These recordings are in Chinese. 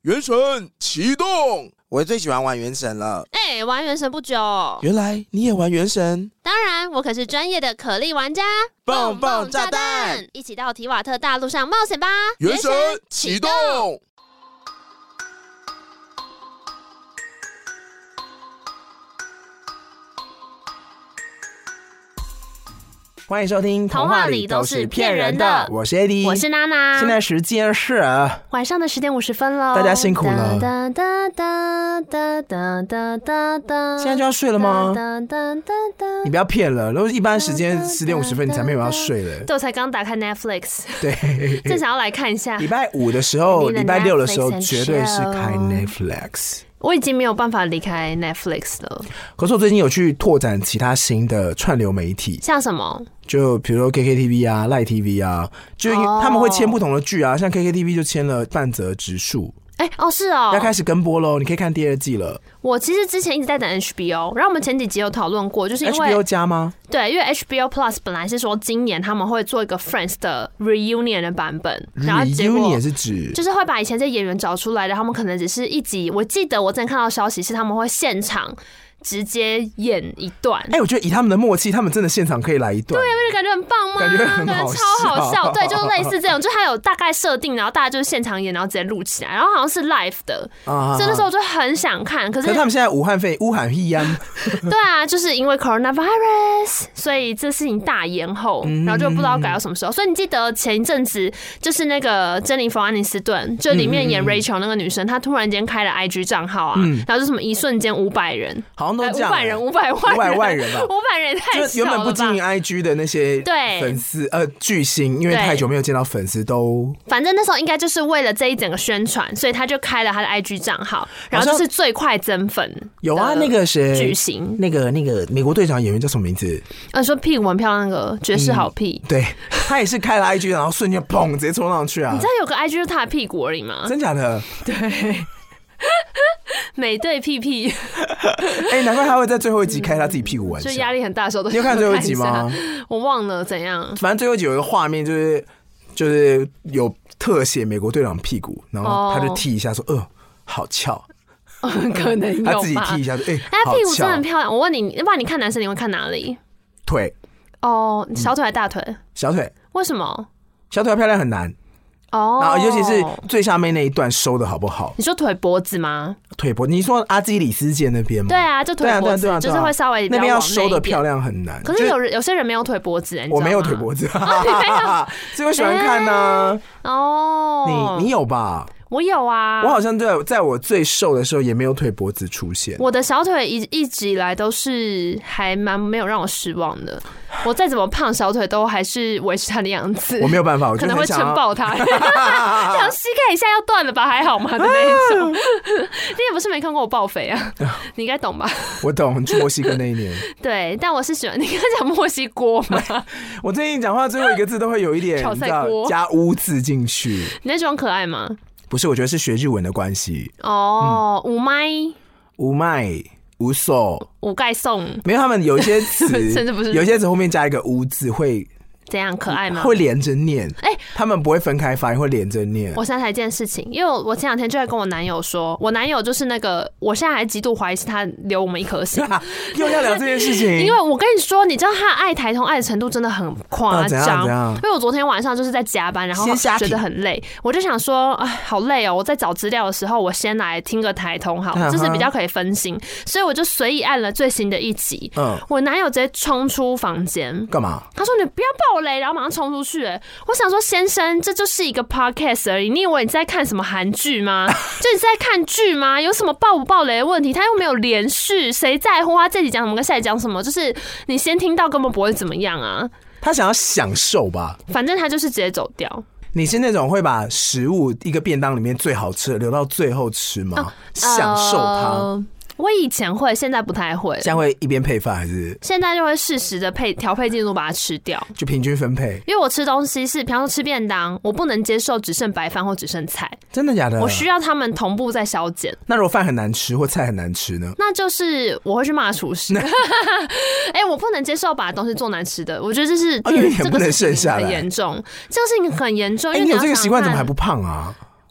原神启动！ 我最喜欢玩原神了。 玩原神不久。 原来你也玩原神？ 当然，我可是专业的可莉玩家。 蹦蹦炸弹， 一起到提瓦特大陆上冒险吧！ 原神启动！ 欢迎收听童话里都是骗人的， 我是 Eddie， 我是娜娜。 现在时间是晚上的10点50分了， 大家辛苦了。现在就要睡了吗？你不要骗了，如果一般时间10点50分，你才没有要睡了。 对，我才刚打开 Netflix， 对， 正想要来看一下。 礼拜5的时候，礼拜6的时候，绝对是开 Netflix。 我已经没有办法离开 Netflix 了。 可是我最近有去拓展其他新的串流媒体，像什么？ 就比如说 KKTV 啊、Line TV 啊，就他们会签不同的剧啊，像 KKTV 就签了半泽直树。 是哦， 要开始跟播咯，你可以看第2季了。我其实之前一直在等 HBO， 然后我们前几集有讨论过，就是因为 HBO 加吗？ 对，因为 HBO Plus 本来是说今年他们会做一个 Friends 的 reunion 的版本，然后结果 reunion 是指就是会把以前这些演员找出来的，他们可能只是一集。我记得我之前看到消息是他们会现场直接演一段。 我觉得以他们的默契，他们真的现场可以来一段。 对，不是感觉很棒吗？ 感觉很好笑， 超好笑。对，就是类似这种，就他有大概设定，然后大家就是现场演，然后直接录起来，然后好像是 live 的。所以那时候我就很想看，可是他们现在武汉肺疫啊。 对啊，就是因为 coronavirus， 所以这事情大延后，然后就不知道改到什么时候。所以你记得前一阵子就是那个珍妮佛·安妮斯顿，就里面演 Rachel 那个女生，她突然间开了 IG 账号啊，然后就什么一瞬间500人， 好像都这样 ，500人，500万人吧，500人也太少了吧。 就原本不经营 IG 的那些粉丝巨星，因为太久没有见到粉丝都， 反正那时候应该就是为了这一整个宣传，所以他就开了他的 IG 账号，然后就是最快增粉。 有啊，那个谁巨星， 那个美国队长演员叫什么名字？ 说屁股很漂亮那个爵士好屁， 对，他也是开了 IG， 然后瞬间砰直接冲上去啊！ 你知道有个 IG 就是他的屁股而已吗？ 真假的？ 对。美队屁屁， 难怪他会在最后一集开他自己屁股玩笑， 就压力很大的时候都。 你有看最后一集吗？ 我忘了怎样。 反正最后一集有一个画面，就是有特写美国队长屁股，然后他就踢一下说：“好翘。” 可能有吧。 他自己踢一下说：“ 他屁股真的很漂亮。”我问你，不然你看男生你会看哪里？ 腿。 小腿还是大腿？ 小腿。 为什么？ 小腿要漂亮很难。然后尤其是最下面那一段收的好不好？ 你说腿脖子吗？ 腿脖，你说阿基里斯腱那边吗？ 对啊，就腿脖子，就是会稍微那边要收的漂亮很难。 可是有些人没有腿脖子， 我没有腿脖子，所以我喜欢看呢。你有吧？ 我有啊， 我好像在我最瘦的时候也没有腿脖子出现。 我的小腿一直以来都是还蛮没有让我失望的。我再怎么胖，小腿都还是维持它的样子。 我没有办法，我可能会撑爆它。像膝盖一下要断了吧，还好吗的那一种。你也不是没看过我爆肥啊，你应该懂吧？ 我懂，去墨西哥那一年。 对，但我是喜欢你刚讲墨西哥嘛。 我最近讲话最后一个字都会有一点加乌字进去。 你在装可爱吗？ 不是，我觉得是学日文的关系。 五麦、无手、 五盖送， 没有，他们有一些词， 甚至不是有一些词后面加一个乌字会。 怎样可爱吗？ 会连着念，他们不会分开发音，会连着念。 我想起来一件事情，因为我前2天就在跟我男友说，我男友就是那个，我现在还极度怀疑是他留我们1颗星， 又要聊这件事情。 因为我跟你说，你知道他爱台通爱的程度真的很夸张。因为我昨天晚上就是在加班，然后觉得很累，我就想说，好累哦！我在找资料的时候，我先来听个台通好，就是比较可以分心，所以我就随意按了最新的一集。我男友直接冲出房间， 干嘛？ 他说：“你不要爆雷！”然后马上冲出去。我想说，先生，这就是一个 podcast 而已，你以为你在看什么韩剧吗？就你是在看剧吗？有什么爆不爆雷的问题？他又没有连续，谁在乎他这集讲什么跟下集讲什么？就是你先听到根本不会怎么样啊。 他想要享受吧， 反正他就是直接走掉。 你是那种会把食物一个便当里面最好吃的留到最后吃吗？享受它。 我以前会，现在不太会。 现在会一边配饭还是？ 现在就会适时的调配进度把它吃掉， 就平均分配。 因为我吃东西是，比方说吃便当，我不能接受只剩白饭或只剩菜。 真的假的？ 我需要他们同步在消减。 那如果饭很难吃或菜很难吃呢？ 那就是我会去骂厨师。我不能接受把东西做难吃的，我觉得这是有点不能剩下来， 很严重。这个事情很严重。 你有这个习惯怎么还不胖啊？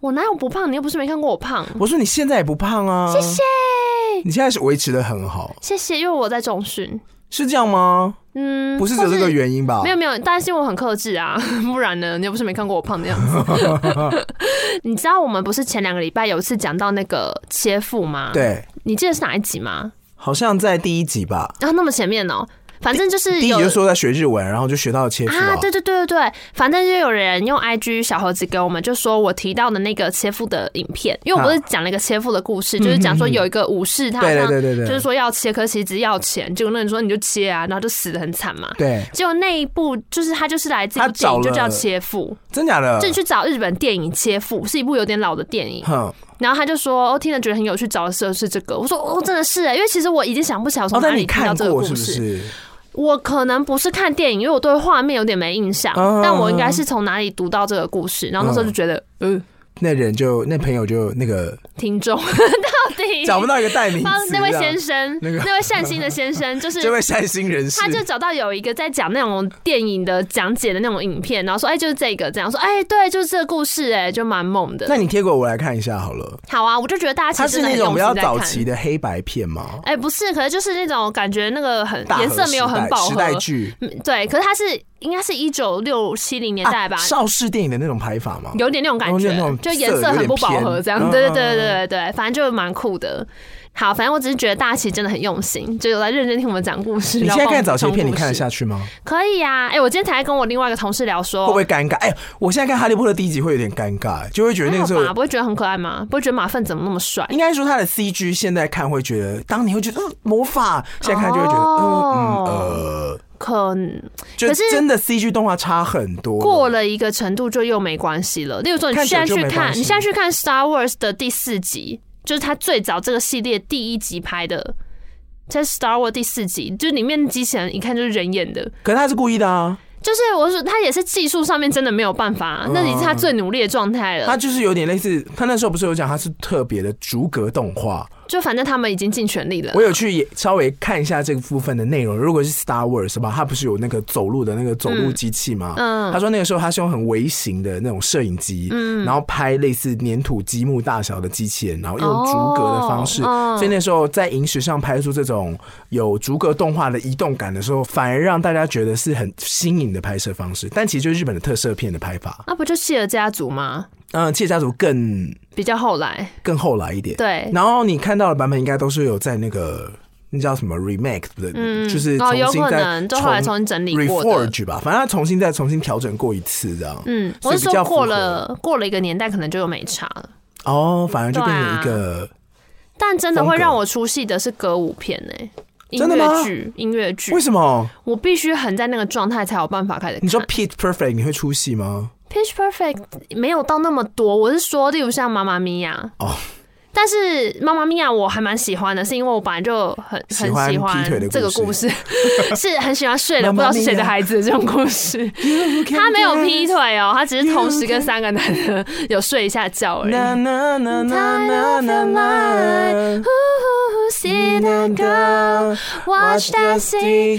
我哪有不胖？你又不是没看过我胖。 我说你现在也不胖啊。 谢谢。 你现在是维持得很好。 谢谢，因为我在重训。 是这样吗？不是只有这个原因吧？ 没有，但是因为我很克制啊，不然呢？你又不是没看过我胖的样子。你知道我们不是前2个礼拜有一次讲到那个切腹吗？ 对， 你记得是哪一集吗？ 好像在第1集吧。 那么前面哦。反正就是第1集就说在学日文，然后就学到了切腹啊。 对，反正就有人用 IG 小盒子给我们，就说我提到的那个切腹的影片，因为我不是讲了一个切腹的故事，就是讲说有一个武士他好像就是说要切，可其实只要钱，结果那人说你就切啊，然后就死得很惨嘛。对，结果那一部就是他就是来自一部电影就叫切腹， 真假的？ 就你去找日本电影切腹，是一部有点老的电影。然后他就说，听了觉得很有趣，找的时候是这个。我说真的是因为其实我已经想不起来我从哪里听到这个故事。是不是？我可能不是看电影，因为我对画面有点没印象，但我应该是从哪里读到这个故事，然后那时候就觉得， 那朋友就那个听众到底找不到一个代名词， 那位先生，那位善心的先生，就是这位善心人士， 他就找到有一个在讲那种电影的讲解的那种影片，然后说，就是这个，这样说，对，就是这个故事，就蛮猛的。 那你贴给我来看一下好了。 好啊，我就觉得大家其实真的很用心在看。 它是那种比较早期的黑白片吗？ 不是，可是就是那种感觉那个很颜色没有很饱和时代剧， 对，可是它是应该是1960、70年代吧， 邵氏电影的那种拍法吗？ 有点那种感觉，就颜色很不饱和这样。对，反正就蛮酷的。好，反正我只是觉得大家其实真的很用心，就有在认真听我们讲故事。 你现在看早期片，你看得下去吗？ 可以啊，我今天才跟我另外一个同事聊说， 会不会尴尬？我现在看《哈利波特》第1集会有点尴尬，就会觉得那个时候不会觉得很可爱吗？不会觉得马粪怎么那么帅？ 应该说他的 CG 现在看会觉得，当年会觉得魔法，现在看就会觉得可是真的 CG 动画差很多， 过了一个程度就又没关系了。例如说，你现在去看 Star Wars 的第4集。就是他最早这个系列第1集拍的，在 Star Wars 第4集，就是里面机器人一看就是人演的。 可是他是故意的啊。 就是我说他也是技术上面真的没有办法，那已经是他最努力的状态了。 他就是有点类似，他那时候不是有讲他是特别的逐格动画。 就反正他们已经尽全力了。 我有去稍微看一下这个部分的内容。如果是 Star Wars 吧，他不是有那个走路的那个走路机器吗？他说那个时候他是用很微型的那种摄影机，然后拍类似粘土积木大小的机器人，然后用逐格的方式。所以那时候在萤石上拍出这种有逐格动画的移动感的时候，反而让大家觉得是很新颖的拍摄方式。但其实就是日本的特摄片的拍法。 那不就企鹅家族吗？ 企鹅家族比较后来， 更后来一点。 对， 然后你看到的版本应该都是有在那个那叫什么 remake 的，就是重新再就后来重新整理过的 reforge 吧，反正他重新调整过一次这样。 我是说过了一个年代，可能就有没差了。 反而就变成一个。 但真的会让我出戏的是歌舞片音乐剧。 为什么？我必须很在那个状态才有办法开始看。 你说 Pitch Perfect 你会出戏吗 ？Pitch Perfect 没有到那么多，我是说，例如像妈妈咪呀，但是妈妈咪呀我还蛮喜欢的，是因为我本来就很喜欢这个故事，是很喜欢睡了不知道是谁的孩子的这种故事。他没有劈腿哦，他只是同时跟3个男的有睡一下觉而已。See that girl, watch that scene,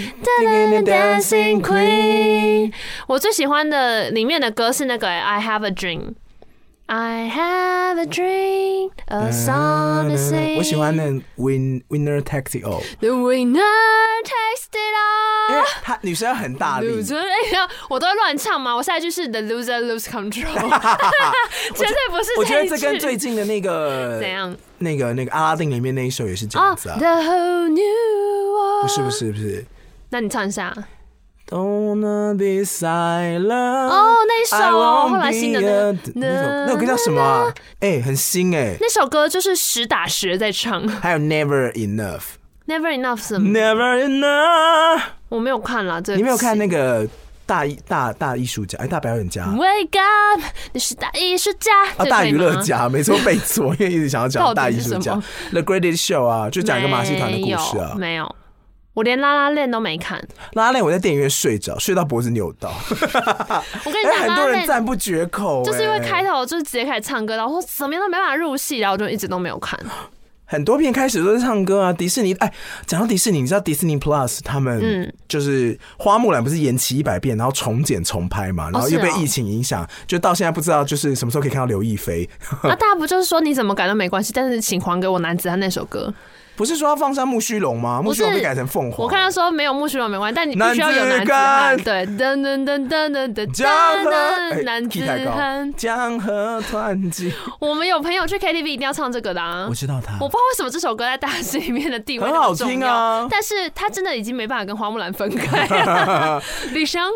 dancing queen。我最喜欢的里面的歌是那个 I have a dream。I have a dream, a song to sing。 我喜欢那 Winner Takes It All。 The winner takes it all。 因为她女生很大力， 我都会乱唱吗？我下一句是 The loser lose control。 绝对不是这一句。 我觉得这跟最近的那个怎样？ 那个阿拉丁里面那一首也是这样子啊。 The whole new world。 不是。那你唱一下。 Don't wanna be silent。 那一首后来新的那首歌叫什么啊？很新那首歌就是实打实在唱。 还有 Never Enough。Never Enough 什么 ？Never Enough。我没有看啦， 你没有看那个大艺术家，大表演家。 Wake up， 你是大艺术家大娱乐家，没错背错，因为一直想要讲大艺术家。The Greatest Show 啊，就讲一个马戏团的故事啊。 没有。我连拉拉链都没看， 拉拉链我在电影院睡到脖子扭到。 我跟你讲， 很多人赞不绝口， 就是因为开头就是直接开始唱歌，然后说怎么样都没办法入戏，然后我就一直都没有看。 很多片开始都是唱歌啊。迪士尼，讲到迪士尼，你知道 Disney Plus 他们就是花木兰不是延期100遍，然后重剪重拍嘛，然后又被疫情影响，就到现在不知道就是什么时候可以看到刘亦菲。 大家不就是说你怎么改都没关系，但是请还给我男子汉那首歌。 不是说要放上木须龙吗？木须龙被改成凤凰。 我看他说没有木须龙没关系，但你必须要有男子汉。对，噔噔噔噔噔噔，江河男子汉， 江河湍急。 我们有朋友去 KTV 一定要唱这个的啊！ 我知道他， 我不知道为什么这首歌在大家心里面的地位很好听啊， 但是他真的已经没办法跟花木兰分开了。李湘，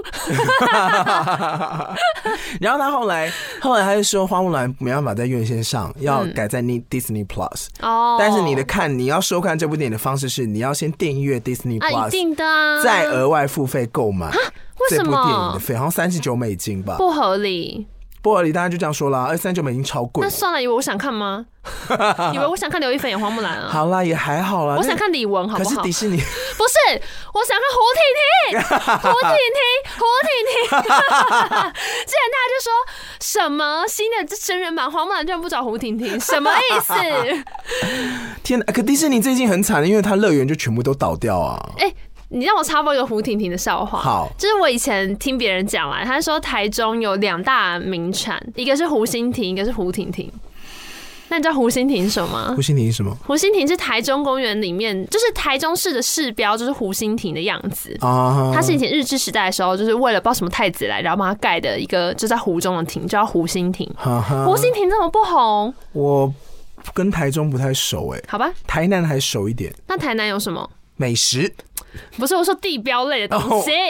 然后他后来他就说花木兰没办法在院线上，要改在Disney Plus。哦，但是你要收看这部电影的方式是，你要先订阅 Disney Plus， 一定的啊， 再额外付费购买这部电影的费，好像$39吧， 不合理。 不合理，大家就这样说啦。$39超贵。 那算了，以为我想看吗？以为我想看刘亦菲演花木兰啊？ 好啦，也还好啦。 我想看李玟，好不好？ 可是迪士尼不是，我想看胡婷婷。之前大家就说什么新的真人版花木兰居然不找胡婷婷，什么意思？ 天哪！可迪士尼最近很惨的，因为它乐园就全部都倒掉啊。 你让我插播一个胡婷婷的笑话。 好， 就是我以前听别人讲来，他说台中有2大名产，一个是胡心婷，一个是胡婷婷。那你知道胡心婷是什么吗？ 胡心婷是什么？ 胡心婷是台中公园里面，就是台中市的市标，就是胡心婷的样子。它是以前日治时代的时候，就是为了不知道什么太子来，然后帮他盖的一个就在湖中的亭，叫胡心婷。胡心婷怎么不红？ 我跟台中不太熟好吧，台南还熟一点。 那台南有什么美食？ 不是，我说地标类的东西。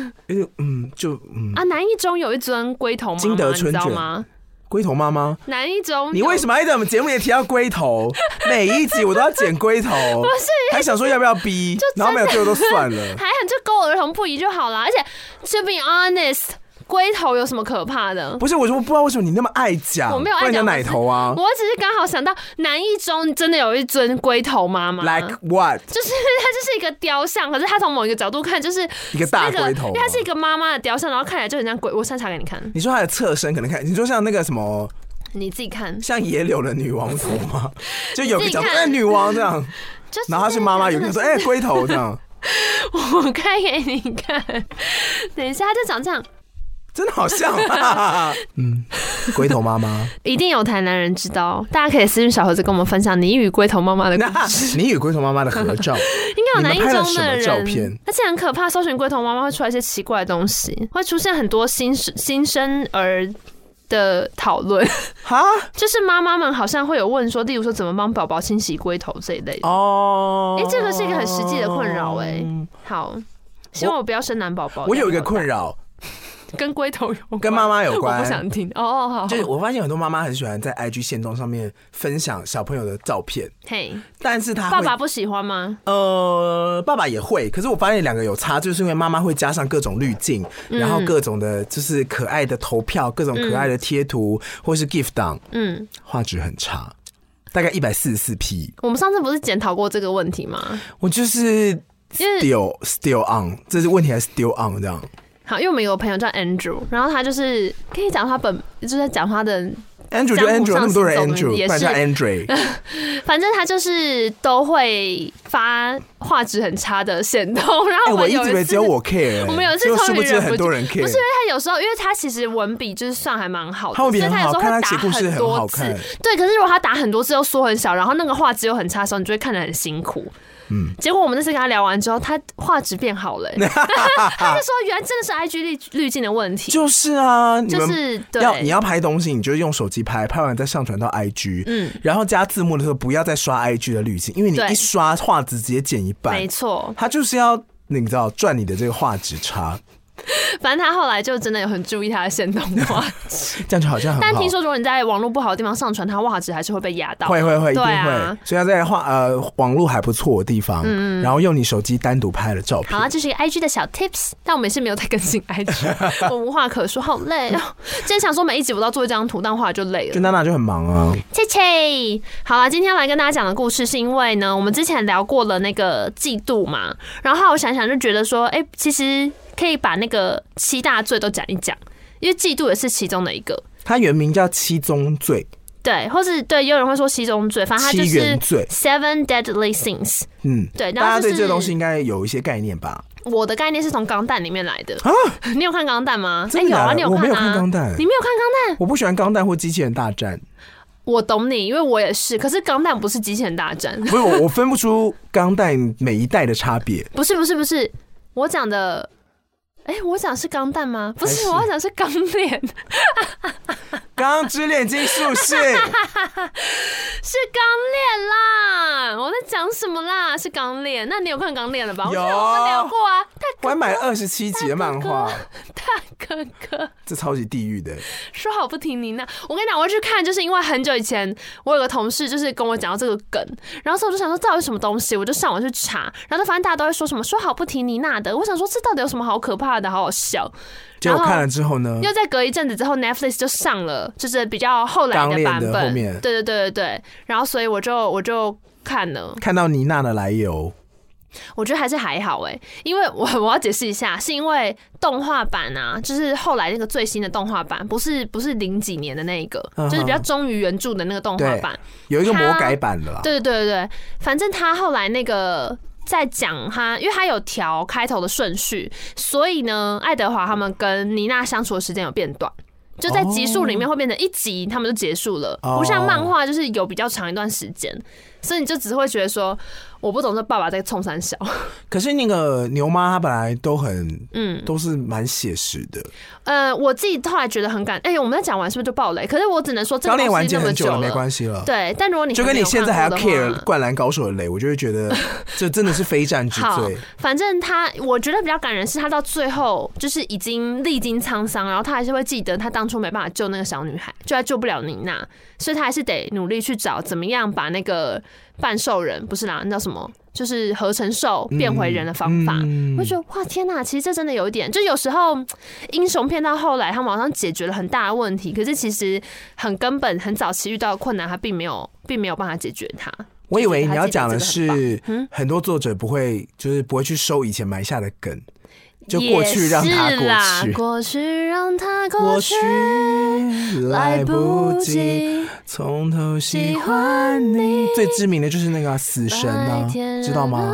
南一中有一尊龟头妈妈， 金德春卷， 你知道吗？ 龟头妈妈， 南一中， 你为什么在我们节目也提到龟头？每一集我都要剪龟头，不是还想说要不要逼，然后没有，最后都算了， 还很就勾儿童不宜就好了。而且 to be honest， 龟头有什么可怕的？ 不是，我就不知道为什么你那么爱讲， 我没有爱讲奶头啊， 我只是刚好想到南一中真的有一尊龟头妈妈 ，like what？ 就是它就是一个雕像，可是它从某一个角度看就是一个大龟头， 因为它是一个妈妈的雕像，然后看起来就很像龟。我现在查给你看。 你说它的侧身可能看，你说像那个什么？ 你自己看， 像野柳的女王服吗？就有个角度，女王这样，然后她是妈妈，有个人说龟头这样。 我开给你看，等一下，它就长这样。 真的好像龟头妈妈一定有台南人知道，大家可以私讯小盒子跟我们分享你与龟头妈妈的故事。 你与龟头妈妈的合照， 应该有南一中的人照片， 而且很可怕。搜寻龟头妈妈会出来一些奇怪的东西，会出现很多新生儿的讨论。 哈， 就是妈妈们好像会有问说，例如说怎么帮宝宝清洗龟头这一类的。 哦， 这个是一个很实际的困扰好，希望我不要生男宝宝。 我有一个困扰。 跟龟头有关， 跟妈妈有关， 我不想听好。 就是我发现很多妈妈很喜欢在 IG 限动上面分享小朋友的照片，但是爸爸不喜欢吗？ 爸爸也会，可是我发现2个有差，就是因为妈妈会加上各种滤镜，然后各种的就是可爱的投票，各种可爱的贴图，或是 GIF 档，画质很差，大概144P。 我们上次不是检讨过这个问题吗？ 我就是 still on， 这是问题还是 still on 这样？ 好，因为我们有个朋友叫 Andrew， 然后他就是可以讲他就是在讲他的 Andrew 就 Andrew， 那么多人 Andrew， 不然叫 Andre。 反正他就是都会发画质很差的限动，然后我一直以为只有我 care， 我们有一次殊不知很多人 care， 不是因为他有时候，因为他其实文笔就是算还蛮好的， 所以他有时候会打很多字，对。可是如果他打很多字又缩很小，然后那个画质又很差的时候，你就会看得很辛苦。结果我们那次跟他聊完之后，他画质变好了，他就说原来真的是 IG 滤镜的问题。 就是啊， 就是你要拍东西，你就用手机拍，拍完再上传到 IG，然后加字幕的时候不要再刷 IG 的滤镜，因为你一刷画质直接减一半。 没错， 他就是要你知道赚你的这个画质差。 反正他后来就真的有很注意他的限动画质， 这样就好像很好。 但听说如果你在网络不好的地方上传，它画质还是会被压到。 会，一定会。所以要在网络还不错的地方，然后用你手机单独拍的照片。 好，这是一个 IG 的小 tips， 但我们也是没有再更新 IG， 我无话可说，好累哦。今天想说每一集我都要做一张图，但后来就累了。 就娜娜就很忙啊。 好啦，今天来跟大家讲的故事是因为呢，我们之前聊过了那个嫉妒嘛，然后我想想就觉得说，其实可以把那个7大罪都讲一讲，因为嫉妒也是其中的一个。 它原名叫7宗罪。 对，或是对，也有人会说7种罪，反正它就是 Seven Deadly Sins。对， 大家对这个东西应该有一些概念吧？ 我的概念是从钢弹里面来的啊！你有看钢弹吗？ 有啊，你有看啊？ 我没有看钢弹， 你没有看钢弹？ 我不喜欢钢弹或机器人大战。 我懂你，因为我也是。可是钢弹不是机器人大战， 不是我分不出钢弹每一代的差别。 不是，我讲的，我讲是钢弹吗？不是，我要讲是钢炼。 钢之炼金术士是钢炼啦！我在讲什么啦？是钢炼。那你有看钢炼了吧？ 有， 我聊过啊。 我还买了27集的漫画。 大哥哥， 这超级地狱的。 说好不提妮娜，我跟你讲，我去看，就是因为很久以前我有个同事就是跟我讲到这个梗，然后所以我就想说到底什么东西，我就上网去查，然后就发现大家都会说什么说好不提妮娜的，我想说这到底有什么好可怕的，好好笑。 结果看了之后呢， 又再隔一阵子之后 Netflix 就上了，就是比较后来的版本。 后面对，然后所以我就看了， 看到妮娜的来由。 我觉得还是还好因为我要解释一下，是因为动画版啊，就是后来那个最新的动画版，不是00几年的那一个，就是比较忠于原著的那个动画版， 有一个魔改版的啦。 对，反正他后来那个在讲他，因为他有调开头的顺序，所以呢，爱德华他们跟妮娜相处的时间有变短。就在集数里面会变成1集，他们就结束了，不像漫画就是有比较长一段时间，所以你就只会觉得说，我不懂这爸爸在冲三小。 可是那个牛妈她本来都都是蛮写实的。 我自己后来觉得很感，我们在讲完是不是就爆雷？可是我只能说，这个东西完结很久了，没关系了。 对，但如果你就跟你现在还要 care 灌篮高手的雷，我就会觉得这真的是非战之罪。 反正我觉得比较感人是他到最后就是已经历经沧桑，然后他还是会记得他当初没办法救那个小女孩，就还救不了妮娜，所以他还是得努力去找怎么样把那个半兽人不是啦，那叫什么？就是合成兽变回人的方法，我就觉得哇天哪，其实这真的有一点，就有时候英雄片到后来，他们好像解决了很大的问题，可是其实很根本、很早期遇到的困难，他并没有办法解决它。 我以为你要讲的是，很多作者不会去收以前埋下的梗。就过去让它过去让它过去，来不及从头喜欢你。最知名的就是那个死神啊，知道吗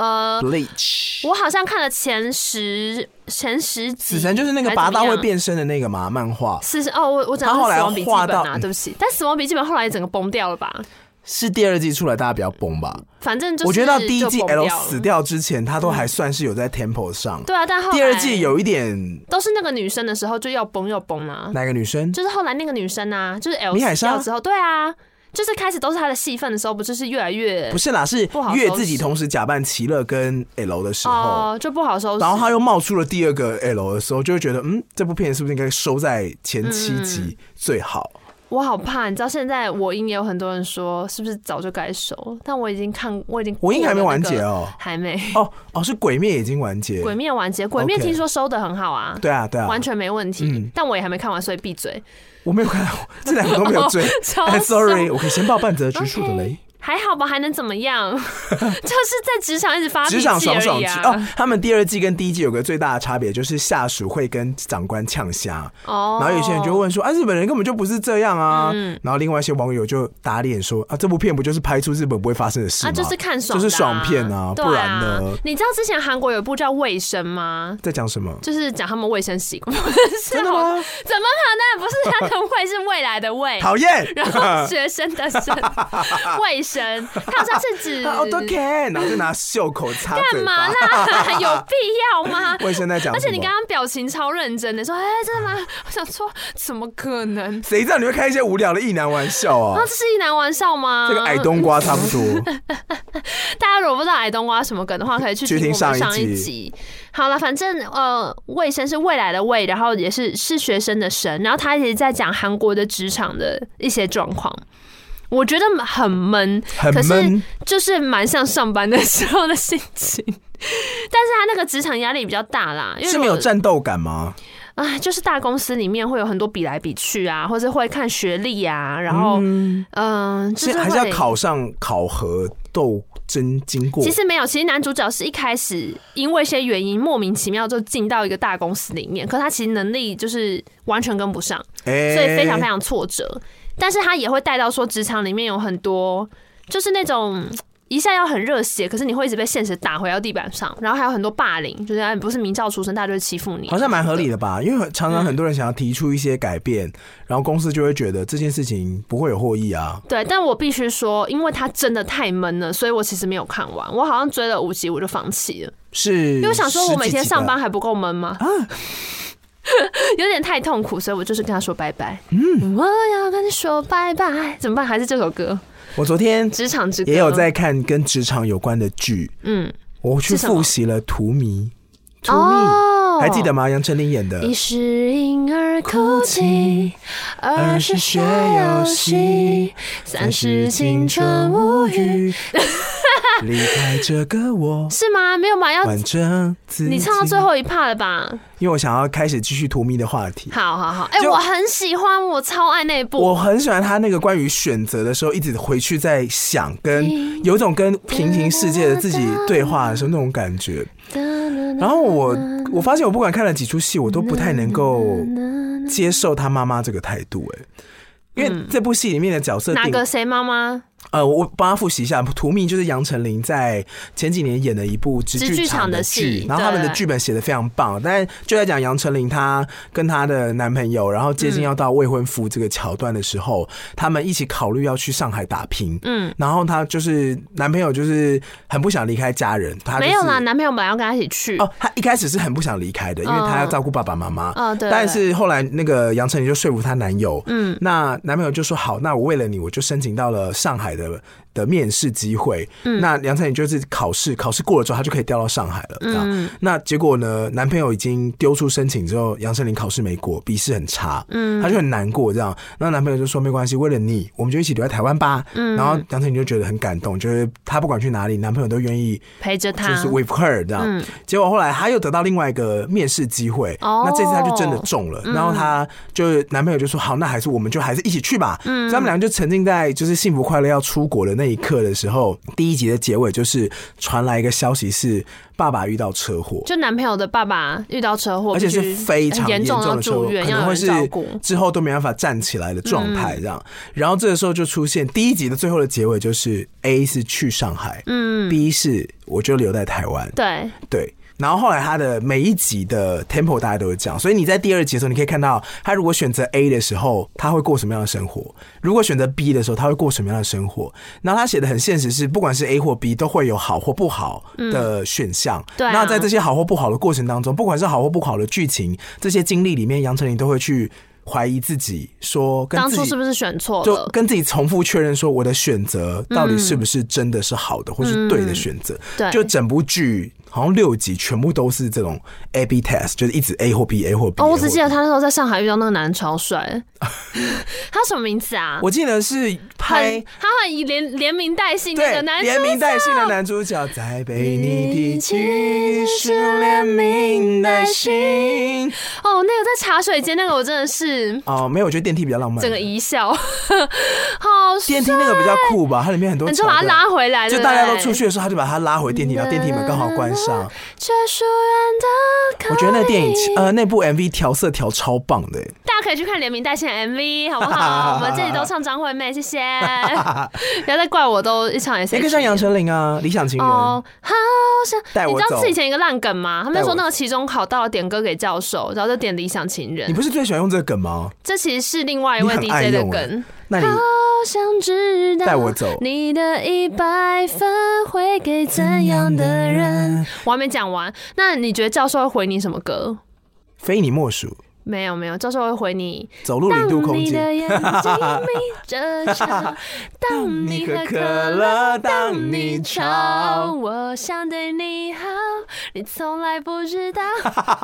？Bleach， 我好像看了前十集。 死神就是那个拔刀会变身的那个嘛，漫画。 我讲的是死亡笔记本啊，对不起。但死亡笔记本后来整个崩掉了吧？ 是第2季出来，大家不要崩吧。 反正就是， 我觉得到第1季 L 死掉之前，他都还算是有在 tempo 上。 对啊，但后来第2季有一点都是那个女生的时候就要崩啊。 哪个女生？ 就是后来那个女生啊，就是 L 米海莎之后，对啊，就是开始都是她的戏份的时候，不就是越来越不是啦，是越自己同时假扮奇乐跟 L 的时候， 就不好收拾。 然后他又冒出了第2个 L 的时候，就会觉得这部片是不是应该收在前7集最好？ 我好怕，你知道现在我音也有很多人说是不是早就该收，但我已经我音还没完结哦， 还没是鬼灭已经完结， 鬼灭听说收得很好啊， 对啊， 完全没问题，但我也还没看完，所以闭嘴。 我没有看，这2个都没有追，sorry， 我可以先报半泽直树的雷。 还好吧，还能怎么样？就是在职场一直发脾气而已啊。 职场爽剧他们第2季跟第1季有个最大的差别，就是下属会跟长官呛虾。然后有些人就问说日本人根本就不是这样啊。然后另外一些网友就打脸说这部片不就是拍出日本不会发生的事吗？ 就是看爽的就是爽片啊，不然呢？ 你知道之前韩国有一部叫《卫生》吗？ 在讲什么？ 就是讲他们卫生习惯。 真的吗？ 怎么可能？不是他的胃是未来的胃， 讨厌。 然后学生的生，卫生。他好像是指然后就拿袖口擦嘴巴， 干嘛啦？有必要吗？ 卫生在讲什么？ 而且你刚刚表情超认真的说，真的吗？我想说，怎么可能？ 谁知道你会开一些无聊的异男玩笑啊？ 这是异男玩笑吗？ 这个矮冬瓜差不多。 大家如果不知道矮冬瓜什么梗的话，可以去听我们上一集。好了，反正卫生是未来的未，然后也是学生的生，然后他也在讲韩国的职场的一些状况。我觉得很闷，可是就是蛮像上班的时候的心情。但是他那个职场压力比较大啦，因为是没有战斗感吗？ 就是大公司里面会有很多比来比去啊，或者会看学历啊，然后就是还是要考核斗争经过。 其实没有，其实男主角是一开始因为一些原因莫名其妙就进到一个大公司里面，可是他其实能力就是完全跟不上，所以非常非常挫折。 但是他也会带到说职场里面有很多就是那种一下要很热血，可是你会一直被现实打回到地板上，然后还有很多霸凌，就是你不是名校出身，大家就会欺负你， 好像蛮合理的吧？因为常常很多人想要提出一些改变，然后公司就会觉得这件事情不会有获益啊。 对，但我必须说，因为它真的太闷了，所以我其实没有看完，我好像追了5集我就放弃了。 是， 因为我想说，我每天上班还不够闷吗？有点太痛苦，所以我就是跟他说拜拜。我要跟你说拜拜，怎么办？还是这首歌？ 我昨天职场之歌也有在看跟职场有关的剧，我去复习了《荼蘼》，还记得吗？杨丞琳演的。 一是婴儿哭泣，2是学游戏，3是青春无语。 离开这个我是吗？没有吧？要完整自己。 你唱到最后一 part 了吧？ 因为我想要开始继续荼蘼的话题。 好，我很喜欢，我超爱那一部。 我很喜欢他那个关于选择的时候，一直回去在想，跟有一种跟平行世界的自己对话的时候那种感觉。然后我发现我不管看了几出戏，我都不太能够接受他妈妈这个态度，因为这部戏里面的角色哪个谁妈妈？ 我帮他复习一下，《荼蘼》就是杨丞琳在前几年演的一部直剧场的剧，然后他们的剧本写得非常棒，但就在讲杨丞琳她跟她的男朋友，然后接近要到未婚夫这个桥段的时候，他们一起考虑要去上海打拼，然后他就是男朋友就是很不想离开家人，他没有啦， 男朋友本来要跟他一起去， 他一开始是很不想离开的，因为他要照顾爸爸妈妈，但是后来那个杨丞琳就说服她男友，那男朋友就说好，那我为了你，我就申请到了上海的面试机会，那杨丞琳就是考试过了之后，他就可以调到上海了。那结果呢，男朋友已经丢出申请之后，杨丞琳考试没过，笔试很差，他就很难过这样。那男朋友就说没关系，为了你，我们就一起留在台湾吧。然后杨丞琳就觉得很感动，就是他不管去哪里，男朋友都愿意陪着他， 就是 with her 这样。结果后来他又得到另外一个面试机会，那这次他就真的中了。然后他就男朋友就说好，那还是我们就还是一起去吧。所以他们两个就沉浸在就是幸福快乐要出国的那一刻的时候，第1集的结尾就是传来一个消息，是爸爸遇到车祸， 就男朋友的爸爸遇到车祸， 而且是非常严重的车祸，可能会是之后都没办法站起来的状态这样。然后这个时候就出现第1集的最后的结尾，就是 A 是去上海，B 是我就留在台湾，对。然后后来他的每一集的 tempo 大家都会这样，所以你在第2集的时候，你可以看到他如果选择 A 的时候，他会过什么样的生活；如果选择 B 的时候，他会过什么样的生活。然后他写的很现实，是不管是 A 或 B 都会有好或不好的选项。那在这些好或不好的过程当中，不管是好或不好的剧情，这些经历里面，杨丞琳都会去怀疑自己，说跟自己当初是不是选错了， 就跟自己重复确认说我的选择到底是不是真的是好的，或是对的选择。就整部剧好像6集全部都是这种 A/B test， 就是一直 A 或 B，A 或 B。 我只记得他那时候在上海遇到那个男人超帅，他什么名字啊？ 我记得是拍他很连名带姓的男主角， 连名带姓的男主角，再被你提起是连名带姓。 那个在茶水间那个我真的是没有，我觉得电梯比较浪漫， 整个一笑，好帅。 电梯那个比较酷吧，它里面很多你就把他拉回来， 就大家都出去的时候，他就把他拉回电梯，然后电梯门刚好关上。我觉得那电影那部 MV 调色调超棒的， 大家可以去看连名带姓的 MV 好不好？我们这里都唱张惠妹，谢谢。不要再怪我都一唱 S。 那个像杨丞琳啊，理想情人好像带我走。 你知道是以前一个烂梗吗？他们说那个期中考到了点歌给教授，然后就点理想情人。 你不是最喜欢用这个梗吗？ 这其实是另外一位 DJ 的梗。 那你好想知道带我走， 你的100分会给怎样的人？我还没讲完。那你觉得教授会回你什么歌？ 非你莫属。 没有，教授会回你走路零度空间。 当你的眼睛眯着笑，当你喝可乐，当你吵，我想对你好，你从来不知道。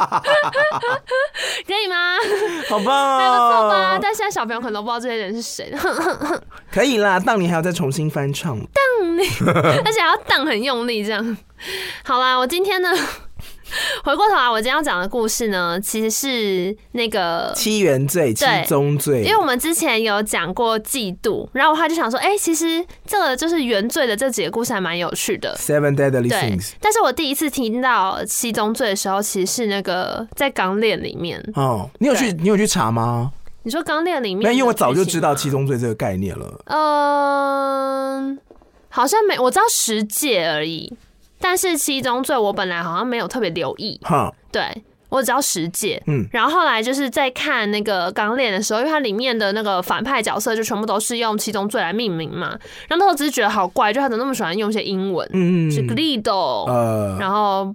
可以吗？ 好棒还不错吧？但现在小朋友可能都不知道这些人是谁。 可以啦，当你还要再重新翻唱， 当你，而且还要当很用力这样。好啦，我今天呢？回过头来，我今天要讲的故事呢，其实是那个七原罪、七宗罪。 因为我们之前有讲过嫉妒，然后他就想说，其实这个就是原罪的这几个故事还蛮有趣的。 Seven Deadly Sins。 但是我第一次听到七宗罪的时候，其实是那个在《港恋》里面。 你有去查吗？ 你说刚练里面？ 因为我早就知道七宗罪这个概念了。 好像没，我知道10戒而已，但是七宗罪我本来好像没有特别留意。对。我只要10戒，然后后来就是在看那个刚练的时候，因为它里面的那个反派角色就全部都是用七宗罪来命名嘛，然后那时候只是觉得好怪，就他怎么那么喜欢用一些英文，是 Glido，然后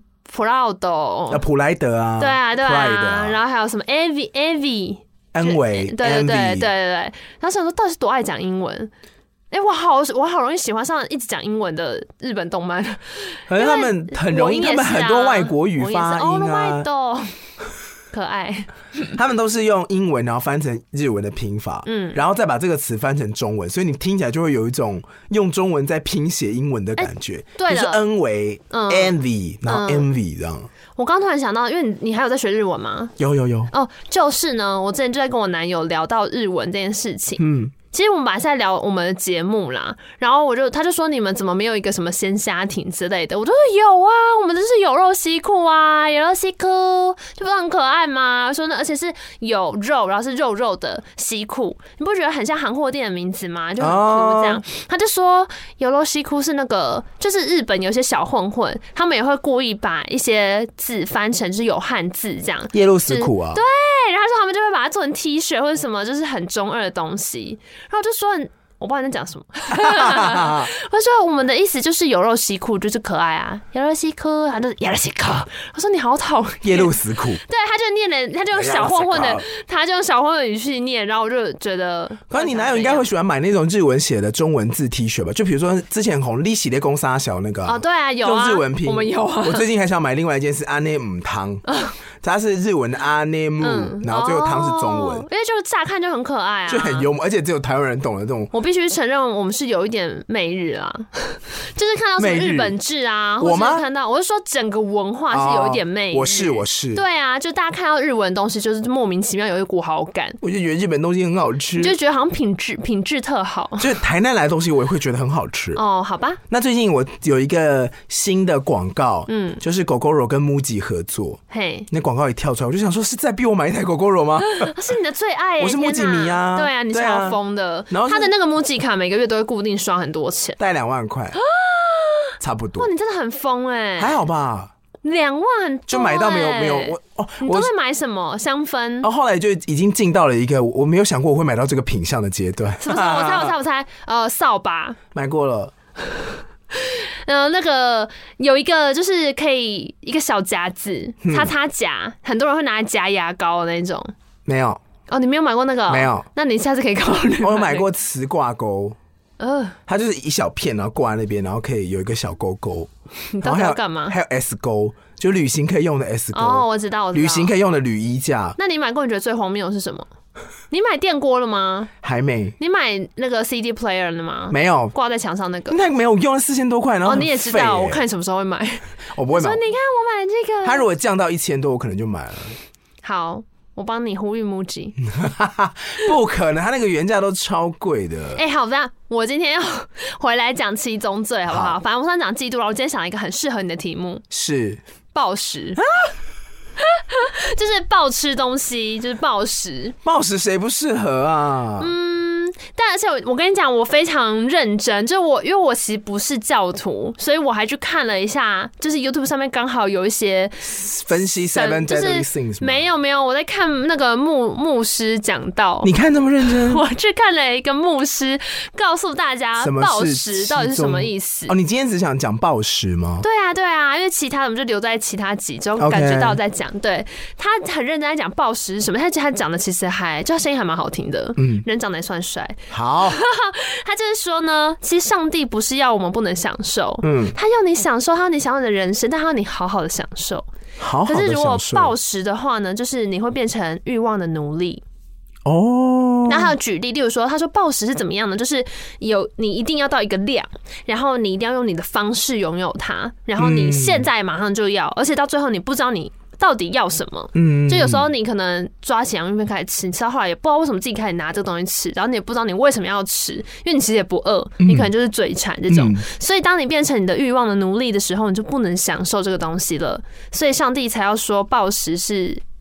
Proud， 普莱德啊， 对啊，然后还有什么 Avi， 恩维， 对，然后想说到底是多爱讲英文。我好容易喜欢上一直讲英文的日本动漫， 可是他们很容易，他们很多外国语发音啊， 可爱。 他们都是用英文然后翻成日文的拼法，然后再把这个词翻成中文，所以你听起来就会有一种用中文在拼写英文的感觉。对的，就是恩维 envy， 然后 envy 这样。 我刚突然想到，因为你还有在学日文吗？ 有就是呢，我之前就在跟我男友聊到日文这件事情。其实我们本来是在聊我们的节目啦，然后他就说你们怎么没有一个什么鲜虾艇之类的？我就说有啊，我们就是有肉西裤啊，有肉西裤，就不是很可爱吗？说呢，而且是有肉，然后是肉肉的西裤，你不觉得很像韩货店的名字吗？就很酷这样。他就说有肉西裤是那个，就是日本有些小混混，他们也会故意把一些字翻成就是有汉字这样。 耶路死苦啊， 对。然后他们就会把它做成 T 恤或者什么，就是很中二的东西。然后我就说，我不知道你在讲什么。我说我们的意思就是有肉西裤就是可爱啊，有肉西裤，他就是有肉西裤。我说你好讨厌， 耶路死苦。 对，他就念的，他就用小混混的，他就用小混混语气念，然后我就觉得。 可是你男友应该会喜欢买那种日文写的中文字 T 恤吧？就比如说之前红利喜列公沙小那个哦，对啊，有啊， 用日文拼， 我们有啊。 我最近还想买另外一件是阿内姆汤。它是日文的阿内姆，然后最后汤是中文， 因为就是乍看就很可爱啊， 就很幽默，而且只有台湾人懂的这种。 我必须承认，我们是有一点媚日啊，就是看到什么日本志啊， 我吗？ 看到我是说整个文化是有一点媚日。 我是， 对啊，就大家看到日文的东西，就是莫名其妙有一股好感。 我就觉得日本东西很好吃， 你就觉得好像品质特好。 就是台南来的东西，我也会觉得很好吃。 哦，好吧。 那最近我有一个新的广告，就是GoGoRo跟 MUJI 合作，那广告一跳出来，我就想。说是在逼我买一台GoGoRo吗？ 是你的最爱耶！ 我是MUJI迷啊， 对啊，你超疯的。然后他的那个MUJI卡每个月都会固定刷很多钱， 带2万块，差不多。 哇，你真的很疯哎！ 还好吧 ，2万就买到没有你都会买什么香氛？ 后来就已经进到了一个我没有想过我会买到这个品项的阶段。 是不是？我猜，扫把买过了。 那个有一个就是可以一个小夹子，擦夹，很多人会拿来夹牙膏的那种。 没有哦，你没有买过那个？ 没有。 那你下次可以考虑。 我有买过磁挂钩，它就是一小片，然后挂在那边，然后可以有一个小勾勾。 你到底要干嘛？ 还有 S 钩，就旅行可以用的 S 钩。 哦，我知道。 旅行可以用的铝衣架。 那你买过你觉得最荒谬的是什么？你买电锅了吗？ 还没。 你买那个 CD player 了吗？ 没有， 挂在墙上那个。 那没有用，4000多块，然后你也知道，我看你什么时候会买。 我不会买。 说你看我买这个， 他如果降到1000多，我可能就买了。 好，我帮你呼吁 MUJI。 不可能，他那个原价都超贵的。 好的，我今天要回来讲七宗罪，好不好？反正我想讲嫉妒，然后我今天想了一个很适合你的题目， 是暴食。就是暴吃东西，就是暴食。 暴食谁不适合啊？ 但而且我跟你讲，我非常认真，就因为我其实不是教徒，所以我还去看了一下，就是 YouTube 上面刚好有一些分析 Seven Deadly Sins。 没有，我在看那个牧师讲道。 你看这么认真？ 我去看了一个牧师，告诉大家暴食到底是什么意思。 哦，你今天只想讲暴食吗？ 对啊，因为其他的我们就留在其他集之后感觉到在讲。对，他很认真在讲暴食是什么，他讲的其实就他声音还蛮好听的，人长得也算帅。 好， 他就是说呢，其实上帝不是要我们不能享受，他要你享受，他要你享受你的人生，但他要你好好的享受。可是如果暴食的话呢，就是你会变成欲望的奴隶。哦，那他有举例，例如说，他说暴食是怎么样呢？就是你一定要到一个量，然后你一定要用你的方式拥有它，然后你现在马上就要，而且到最后你不知道你到底要什么。就有时候你可能抓起洋芋片开始吃，你吃到后来也不知道为什么自己开始拿这个东西吃，然后你也不知道你为什么要吃，因为你其实也不饿，你可能就是嘴馋这种。所以当你变成你的欲望的奴隶的时候，你就不能享受这个东西了。所以上帝才要说暴食是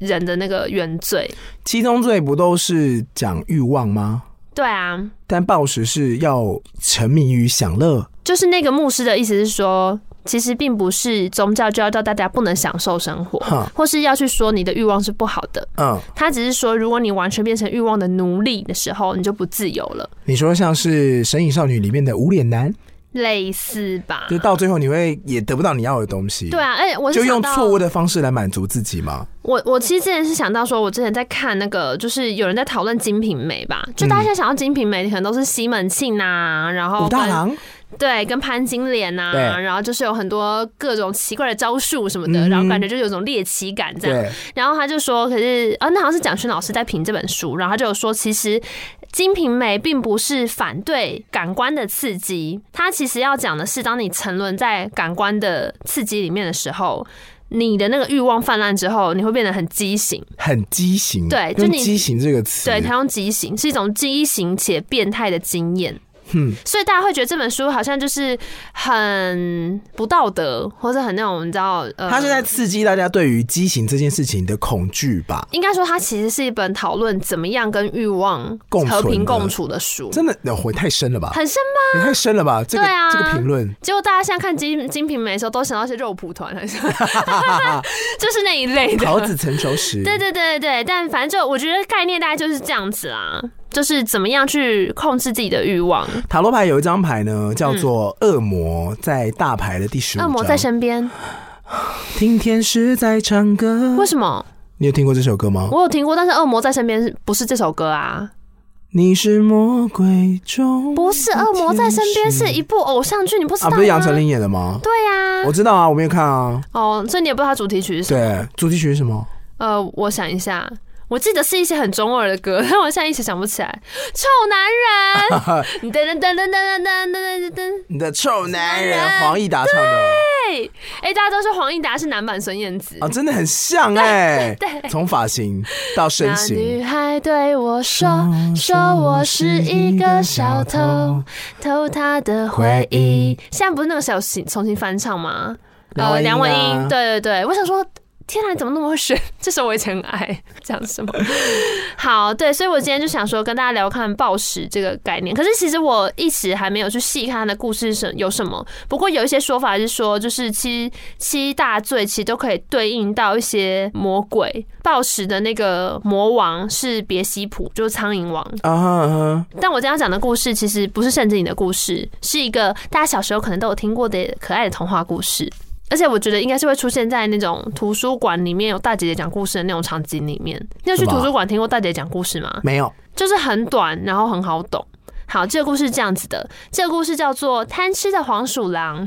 人的那个原罪。 七宗罪不都是讲欲望吗？ 对啊， 但暴食是要沉迷于享乐。 就是那个牧师的意思是说，其实并不是宗教就要叫大家不能享受生活，或是要去说你的欲望是不好的。他只是说，如果你完全变成欲望的奴隶的时候，你就不自由了。你说像是《神隐少女》里面的无脸男， 类似吧？ 就到最后你会也得不到你要的东西。 对啊，我就用错误的方式来满足自己吗？ 我其实之前是想到说，我之前在看那个，就是有人在讨论金瓶梅吧，就大家现在想到金瓶梅，可能都是西门庆啊，然后武大郎。 对，跟潘金莲啊，然后就是有很多各种奇怪的招数什么的，然后感觉就有种猎奇感这样。然后他就说，可是那好像是蒋勋老师在评这本书，然后他就有说，其实《金瓶梅》并不是反对感官的刺激，它其实要讲的是，当你沉沦在感官的刺激里面的时候，你的那个欲望泛滥之后，你会变得很畸形， 很畸形。 对，就你畸形这个词， 对，他用畸形是一种畸形且变态的经验。所以大家会觉得这本书好像就是很不道德，或者很那种你知道， 它是在刺激大家对于畸形这件事情的恐惧吧？ 应该说，它其实是一本讨论怎么样跟欲望和平共处的书。 真的，太深了吧？ 很深吗？ 也太深了吧？这个评论， 结果大家现在看金瓶梅的时候，都想到一些肉蒲团，就是那一类的桃子成熟时。 对，但反正就我觉得概念大概就是这样子啦。就是怎么样去控制自己的欲望。 塔罗牌有一张牌呢，叫做恶魔，在大牌的第15张。 恶魔在身边， 听天使在唱歌。 为什么？ 你有听过这首歌吗？ 我有听过，但是恶魔在身边不是这首歌啊。 你是魔鬼中， 不是恶魔在身边是一部偶像剧，你不知道吗？ 不是杨丞琳演的吗？ 对啊， 我知道啊，我没有看啊。 所以你也不知道它主题曲是什么？ 对，主题曲是什么？ 我想一下。我记得是一些很中二的歌，但我现在一时想不起来。臭男人， 你的臭男人，黄义达唱的。 对，大家都说黄义达是男版孙燕姿真的很像对，从发型到身形。 那女孩对我说我是一个小偷，偷她的回忆。现在不是那个小重新翻唱吗？梁文音，对，我想说。天哪，你怎么那么会选？这首我以前很爱讲什么？好，对，所以我今天就想说跟大家聊看暴食这个概念。可是其实我一直还没有去细看它的故事有什么。不过有一些说法是说，就是七大罪其实都可以对应到一些魔鬼。暴食的那个魔王是别西卜，就是苍蝇王。但我今天要讲的故事其实不是圣经里的故事，是一个大家小时候可能都有听过的可爱的童话故事。而且我觉得应该是会出现在那种图书馆里面有大姐姐讲故事的那种场景里面。你有去图书馆听过大姐姐讲故事吗？ 没有， 就是很短，然后很好懂。好，这个故事是这样子的，这个故事叫做《贪吃的黄鼠狼》。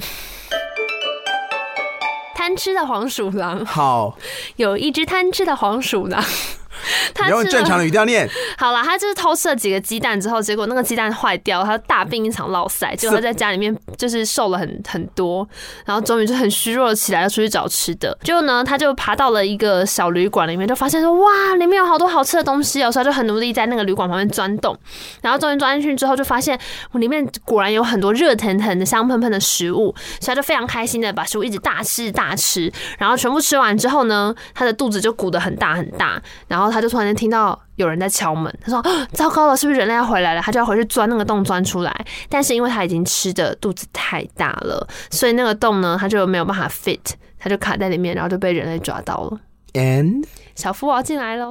贪吃的黄鼠狼， 好， 有一只贪吃的黄鼠狼。 你用正常的语调念。 好啦，他就是偷吃了几个鸡蛋之后，结果那个鸡蛋坏掉，他大病一场落塞，结果他在家里面就是瘦了很多，然后终于就很虚弱起来，要出去找吃的。结果呢，他就爬到了一个小旅馆里面，就发现说哇，里面有好多好吃的东西哦，所以他就很努力在那个旅馆旁边钻洞，然后终于钻进去之后，就发现里面果然有很多热腾腾的、香喷喷的食物，所以他就非常开心的把食物一直大吃，然后全部吃完之后呢，他的肚子就鼓得很大很大，然后他就突然间听到有人在敲门，他说糟糕了，是不是人类要回来了？他就要回去钻那个洞钻出来，但是因为他已经吃的肚子太大了，所以那个洞呢他就没有办法 fit， 他就卡在里面，然后就被人类抓到了。 And 小夫我要进来了。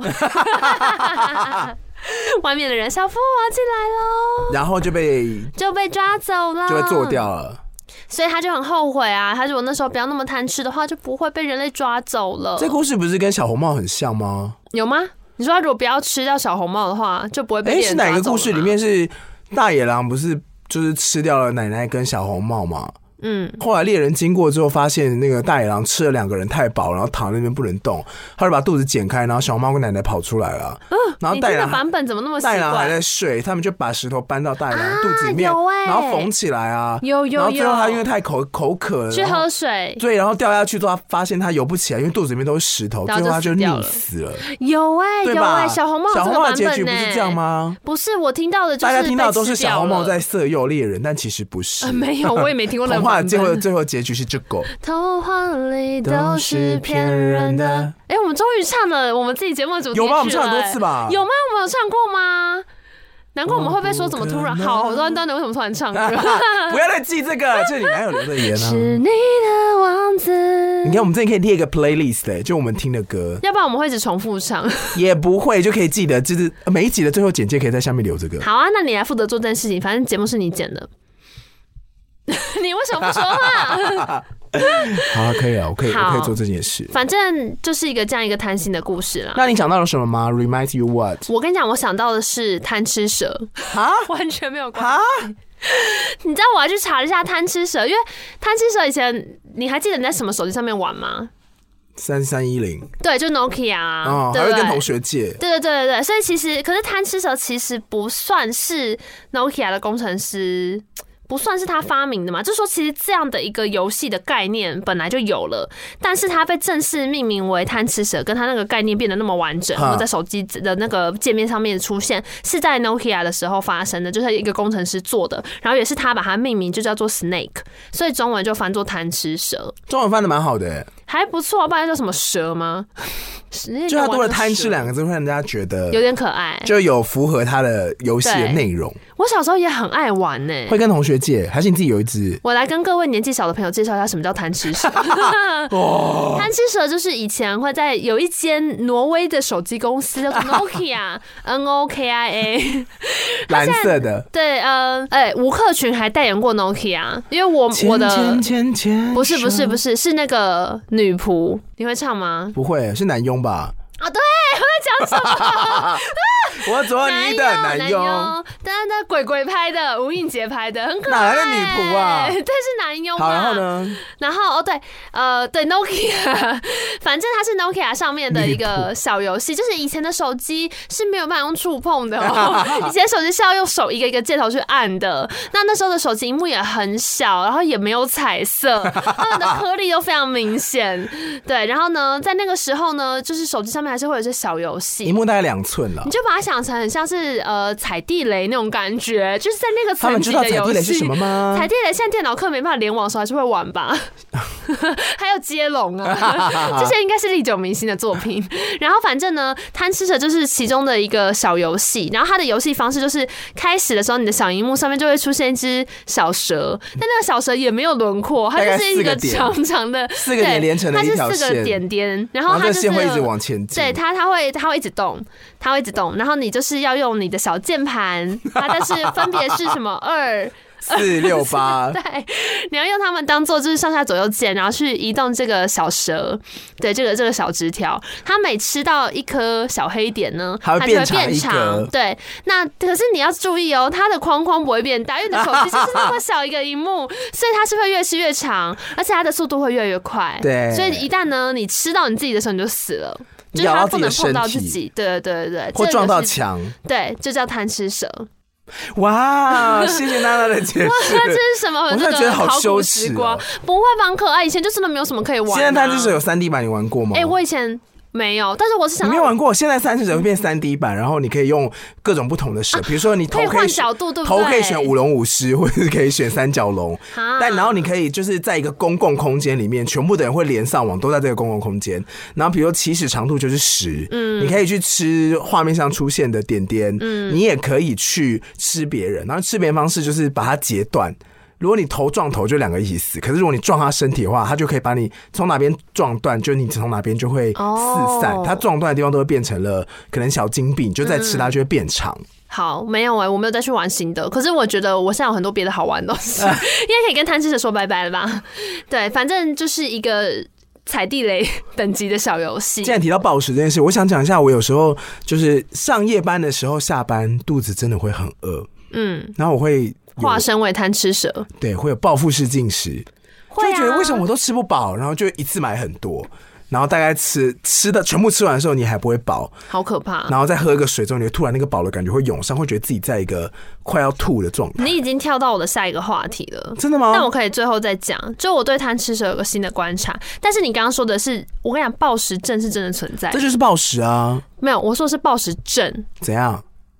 外面的人，小夫我要进来了， 然后就被抓走了， 就被做掉了。 所以他就很后悔啊！他如果那时候不要那么贪吃的话，就不会被人类抓走了。 这故事不是跟小红帽很像吗？ 有吗？你说他如果不要吃掉小红帽的话，就不会被别人抓走了吗？ 是哪个故事里面是大野狼不是就是吃掉了奶奶跟小红帽吗？后来猎人经过之后，发现那个大野狼吃了2个人太饱，然后躺在那边不能动，他就把肚子剪开，然后小猫跟奶奶跑出来了。然后大野狼版本怎么那么奇怪？ 大野狼还在睡，他们就把石头搬到大野狼肚子里面，然后缝起来啊。 有。 然后最后他因为太口渴了， 去喝水， 对，然后掉下去之后，他发现他游不起来，因为肚子里面都是石头，最后他就溺死了。 有小红帽这个版本的结局不是这样吗？ 不是，我听到的就是大家听到的都是小红帽在色诱猎人，但其实不是。 没有，我也没听过那个版画最后结局是这个。 童话里都是骗人的。我们终于唱了我们自己节目的主题曲了。 有吗？我们唱很多次吧？ 有吗？我们有唱过吗？难怪我们会被说怎么突然好端端的，为什么突然唱歌？ 不要再记这个，这是你男友留的言啊。 是你的王子。 你看，我们这里可以列一个 playlist 就我们听的歌， 要不然我们会一直重复唱。 也不会，就可以记得，就是每一集的最后简介可以在下面留这个。 好啊，那你来负责做这件事情，反正节目是你剪的。你为什么不说话？ 好啊，可以啊，我可以做这件事。 反正就是一个这样一个贪心的故事啦。 那你想到了什么吗 ？Reminds you what？ 我跟你讲，我想到的是贪吃蛇啊，完全没有关系。你知道我要去查一下贪吃蛇，因为贪吃蛇以前你还记得你在什么手机上面玩吗 ？3310， 对，就 Nokia 啊， 还会跟同学借。 对，所以其实，可是贪吃蛇其实不算是 Nokia 的工程师。不算是他发明的嘛？就是说，其实这样的一个游戏的概念本来就有了，但是它被正式命名为贪吃蛇，跟它那个概念变得那么完整，在手机的那个界面上面出现，是在 Nokia 的时候发生的，就是一个工程师做的，然后也是他把它命名就叫做 Snake， 所以中文就翻作贪吃蛇。 中文翻的蛮好的， 还不错，不然叫什么蛇吗？ 就他多了贪吃2个字，会让人家觉得有点可爱， 就有符合他的游戏的内容。 我小时候也很爱玩呢， 会跟同学借，还是你自己有一只？ 我来跟各位年纪小的朋友介绍一下什么叫贪吃蛇。贪吃蛇就是以前会在有一间挪威的手机公司叫做 Nokia Nokia， 蓝色的。 对，吴克群还代言过 Nokia， 因为我的不是是那个女仆，你会唱吗？ 不会，是男佣吧？ 啊，对，我在讲什么？ 我做你的男佣， 但是鬼拍的，吴映洁拍的，很可爱。 哪来的女仆啊？ 对，是男佣。 好，然后呢？ 然后对 Nokia， 反正它是 Nokia 上面的一个小游戏，就是以前的手机是没有办法用触碰的以前手机是要用手一个一个箭头去按的。那时候的手机萤幕也很小，然后也没有彩色，它们的颗粒都非常明显。对，然后呢，在那个时候呢，就是手机上面还是会有一些小游戏， 萤幕大概2寸了， 你就把它想成很像是踩地雷那种感觉，就是在那个层级的游戏。 他们知道踩地雷是什么吗？ 踩地雷现在电脑课没办法联网的时候还是会玩吧。还有接龙啊，这些应该是历久弥新的作品。然后反正呢，贪吃蛇就是其中的一个小游戏。然后它的游戏方式就是开始的时候，你的小萤幕上面就会出现一只小蛇，但那个小蛇也没有轮廓，它就是一个长长的 4个点连成的一条线， 它是4个点点，然后它就是线会一直往前进， 对，它会一直动，它会一直动，然后你就是要用你的小键盘，但是分别是什么2、 4、6、8， 对，你要用它们当做就是上下左右键，然后去移动这个小蛇，对，这个小枝条，它每吃到一颗小黑点呢，它就会变长。对，那可是你要注意哦，它的框框不会变大，因为你的手机就是那么小一个萤幕，所以它是会越吃越长，而且它的速度会越来越快。 对， 所以一旦呢你吃到你自己的时候，你就死了。就是它不能碰到自己，对， 或撞到墙， 对，就叫贪吃蛇。 哇，谢谢娜娜的解释。哇， 这是什么？ 我真的觉得好羞耻哦。 不会吧，很可爱。以前就真的没有什么可以玩。 现在贪吃蛇有3D 版，你玩过吗？ 我以前没有，但是我是想， 你没有玩过。现在贪吃蛇会变3D 版，然后你可以用各种不同的蛇，比如说你头可以换角度，对不对？ 头可以选舞龙舞狮，或者是可以选3角龙。但然后你可以就是在一个公共空间里面，全部的人会连上网，都在这个公共空间。然后比如起始长度就是10，你可以去吃画面上出现的点点，你也可以去吃别人。然后吃别人方式就是把它截断。如果你头撞头，就2个一起死。可是如果你撞他身体的话，他就可以把你从哪边撞断，就你从哪边就会四散。他撞断的地方都会变成了可能小金币，你就再吃它就会变长。 好，没有我没有再去玩新的。可是我觉得我现在有很多别的好玩的东西，应该可以跟贪吃蛇说拜拜了吧？对，反正就是一个踩地雷等级的小游戏。既然提到暴食这件事，我想讲一下，我有时候就是上夜班的时候，下班肚子真的会很饿，然后我会化身为贪吃蛇， 对，会有报复式进食，就会觉得为什么我都吃不饱，然后就一次买很多，然后大概吃的全部吃完的时候，你还不会饱， 好可怕。 然后再喝个水之后，你突然那个饱的感觉会涌上，会觉得自己在一个快要吐的状态。 你已经跳到我的下一个话题了， 真的吗？ 但我可以最后再讲，就我对贪吃蛇有个新的观察。但是你刚刚说的是，我跟你讲，暴食症是真的存在， 这就是暴食啊。 没有，我说的是暴食症。 怎样？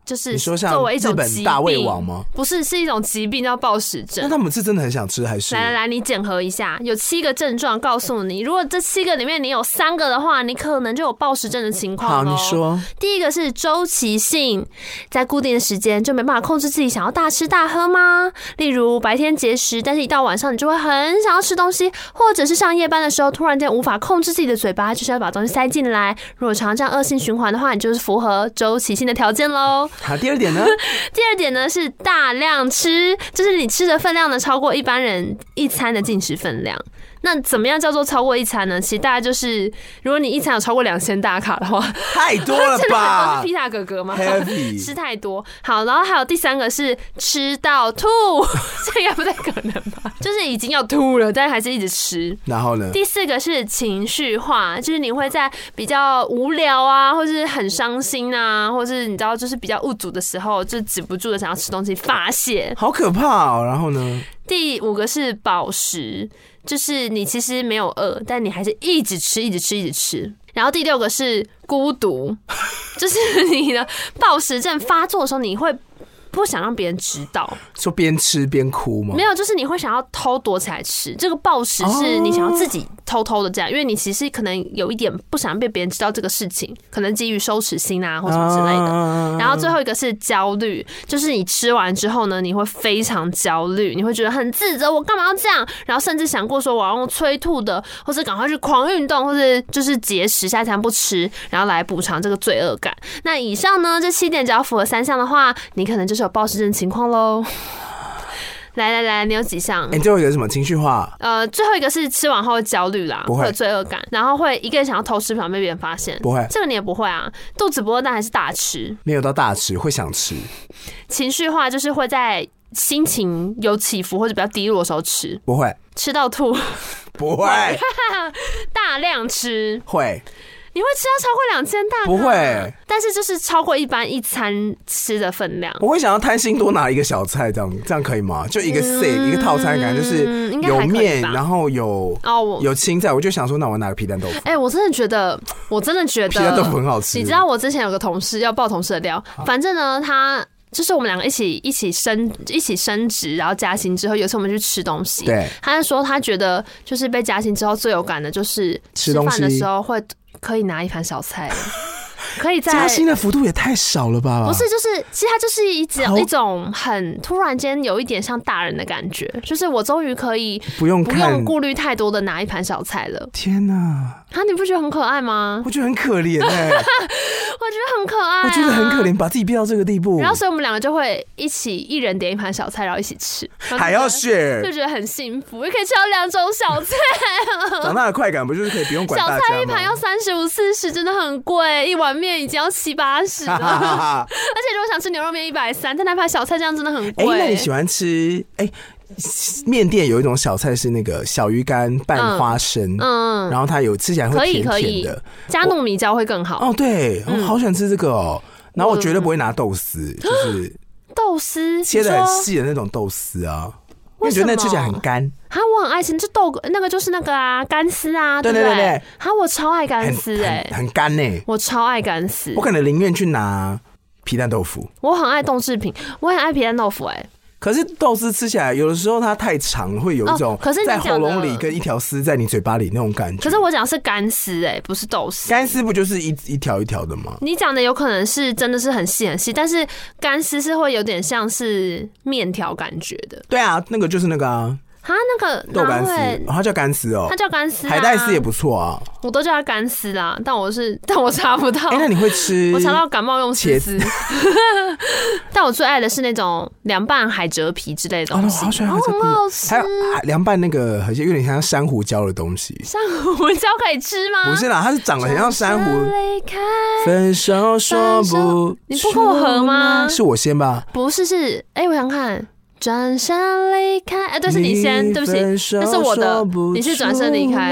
就是你说像作为一种日本大胃王吗？ 不是，是一种疾病叫暴食症。 那他们是真的很想吃还是？ 来，你检核一下，有7个症状告诉你，如果这7个里面你有3个的话，你可能就有暴食症的情况。 好，你说。 第一个是周期性，在固定的时间就没办法控制自己想要大吃大喝吗？例如白天节食，但是一到晚上你就会很想要吃东西，或者是上夜班的时候突然间无法控制自己的嘴巴，就是要把东西塞进来。如果常常这样恶性循环的话，你就是符合周期性的条件咯。 好，第二点呢？ 第二点呢是大量吃，就是你吃的分量呢超过一般人一餐的进食分量。那怎么样叫做超过一餐呢？其实大概就是，如果你一餐有超过2000大卡的话， 太多了吧？ 是披萨哥哥吗？ Heavy 吃太多。好，然后还有第3个是吃到吐，这应该不太可能吧？就是已经要吐了，但还是一直吃。 然后呢？ 第4个是情绪化，就是你会在比较无聊啊，或是很伤心啊，或是你知道就是比较无助的时候，就止不住的想要吃东西发泄。 好可怕哦！然后呢？ 第5个是饱食。就是你其实没有饿，但你还是一直吃，一直吃，一直吃。然后第6个是孤独，就是你的暴食症发作的时候，你会不想让别人知道， 说边吃边哭吗？ 没有，就是你会想要偷躲起来吃。这个暴食是你想要自己偷偷的这样，因为你其实可能有一点不想被别人知道这个事情，可能基于羞耻心啊或什么之类的。然后最后一个是焦虑，就是你吃完之后呢，你会非常焦虑，你会觉得很自责，我干嘛要这样？然后甚至想过说我要用催吐的，或是赶快去狂运动，或是就是节食下一餐不吃，然后来补偿这个罪恶感。那以上呢这7点只要符合3项的话，你可能就是有暴食症情况咯。来，你有几项？ 最后一个是什么？情绪化。 最后一个是吃完后会焦虑啦， 不会有罪恶感，然后会一个人想要偷吃，不想被别人发现。 不会， 这个你也不会啊。肚子不饿，但还是大吃。 没有到大吃，会想吃。 情绪化就是会在心情有起伏或者比较低落的时候吃。 不会。 吃到吐。 不会。 大量吃。 会。 你会吃到超过2000大卡？ 不会， 但是就是超过一般一餐吃的分量。 我会想要贪心多拿一个小菜，这样可以吗？就一个 set 一个套餐，感觉就是有面，然后有青菜，我就想说，那我拿个皮蛋豆腐。 我真的觉得皮蛋豆腐很好吃。 你知道我之前有个同事要爆同事的料，反正呢他。就是我们2个一起升职，然后加薪之后，有一次我们去吃东西， 对， 他就说他觉得就是被加薪之后最有感的就是吃饭的时候可以拿一盘小菜。可以在加薪的幅度也太少了吧？ 不是，就是其实它就是一种很突然间有一点像大人的感觉，就是我终于可以不用顾虑太多的拿一盘小菜了。 天哪！ 你不觉得很可爱吗？ 我觉得很可怜哎、 我觉得很可爱、 我觉得很可怜，把自己逼到这个地步。 然后所以我们2个就会一人点一盘小菜，然后一起吃， 还要 share， 就觉得很幸福，又可以吃到2种小菜。 长大的快感不就是可以不用管大家吗？ 小菜一盘要35、40，真的很贵，一碗面已经要70、80了。而且如果想吃牛肉面130，但那盘小菜这样真的很贵。 那你喜欢吃面店有一种小菜是那个小鱼干拌花生，然后它有吃起来会甜甜的， 加糯米椒会更好。 哦，对，我好喜欢吃这个哦。然后我绝对不会拿豆丝，就是豆丝切的很细的那种豆丝啊，因为觉得那吃起来很干。 我很爱吃，就那个就是那个啊，干丝啊，对不对？我超爱干丝很干我超爱干丝， 我可能宁愿去拿皮蛋豆腐。 我很爱冻制品，我很爱皮蛋豆腐可是豆丝吃起来，有的时候它太长，会有一种在喉咙里跟一条丝在你嘴巴里那种感觉。 可是我讲是干丝不是豆丝。 干丝不就是一条一条的吗？ 你讲的有可能是真的是很细很细，但是干丝是会有点像是面条感觉的。 对啊，那个就是那个啊。 那个豆干丝，它叫干丝哦， 它叫干丝， 海带丝也不错啊， 我都叫它干丝啦，但我查不到。 那你会吃？ 我查到感冒用丝丝，但我最爱的是那种凉拌海蜇皮之类的东西， 好喜欢海蜇皮， 很好吃。 还有凉拌那个好像有点像珊瑚礁的东西， 珊瑚礁可以吃吗？ 不是啦，它是长得很像珊瑚。分手说不， 你不跟我合吗？ 是我先吧？ 不是，我想看。转身离开，对，是你先，对不起，那是我的，你是转身离开。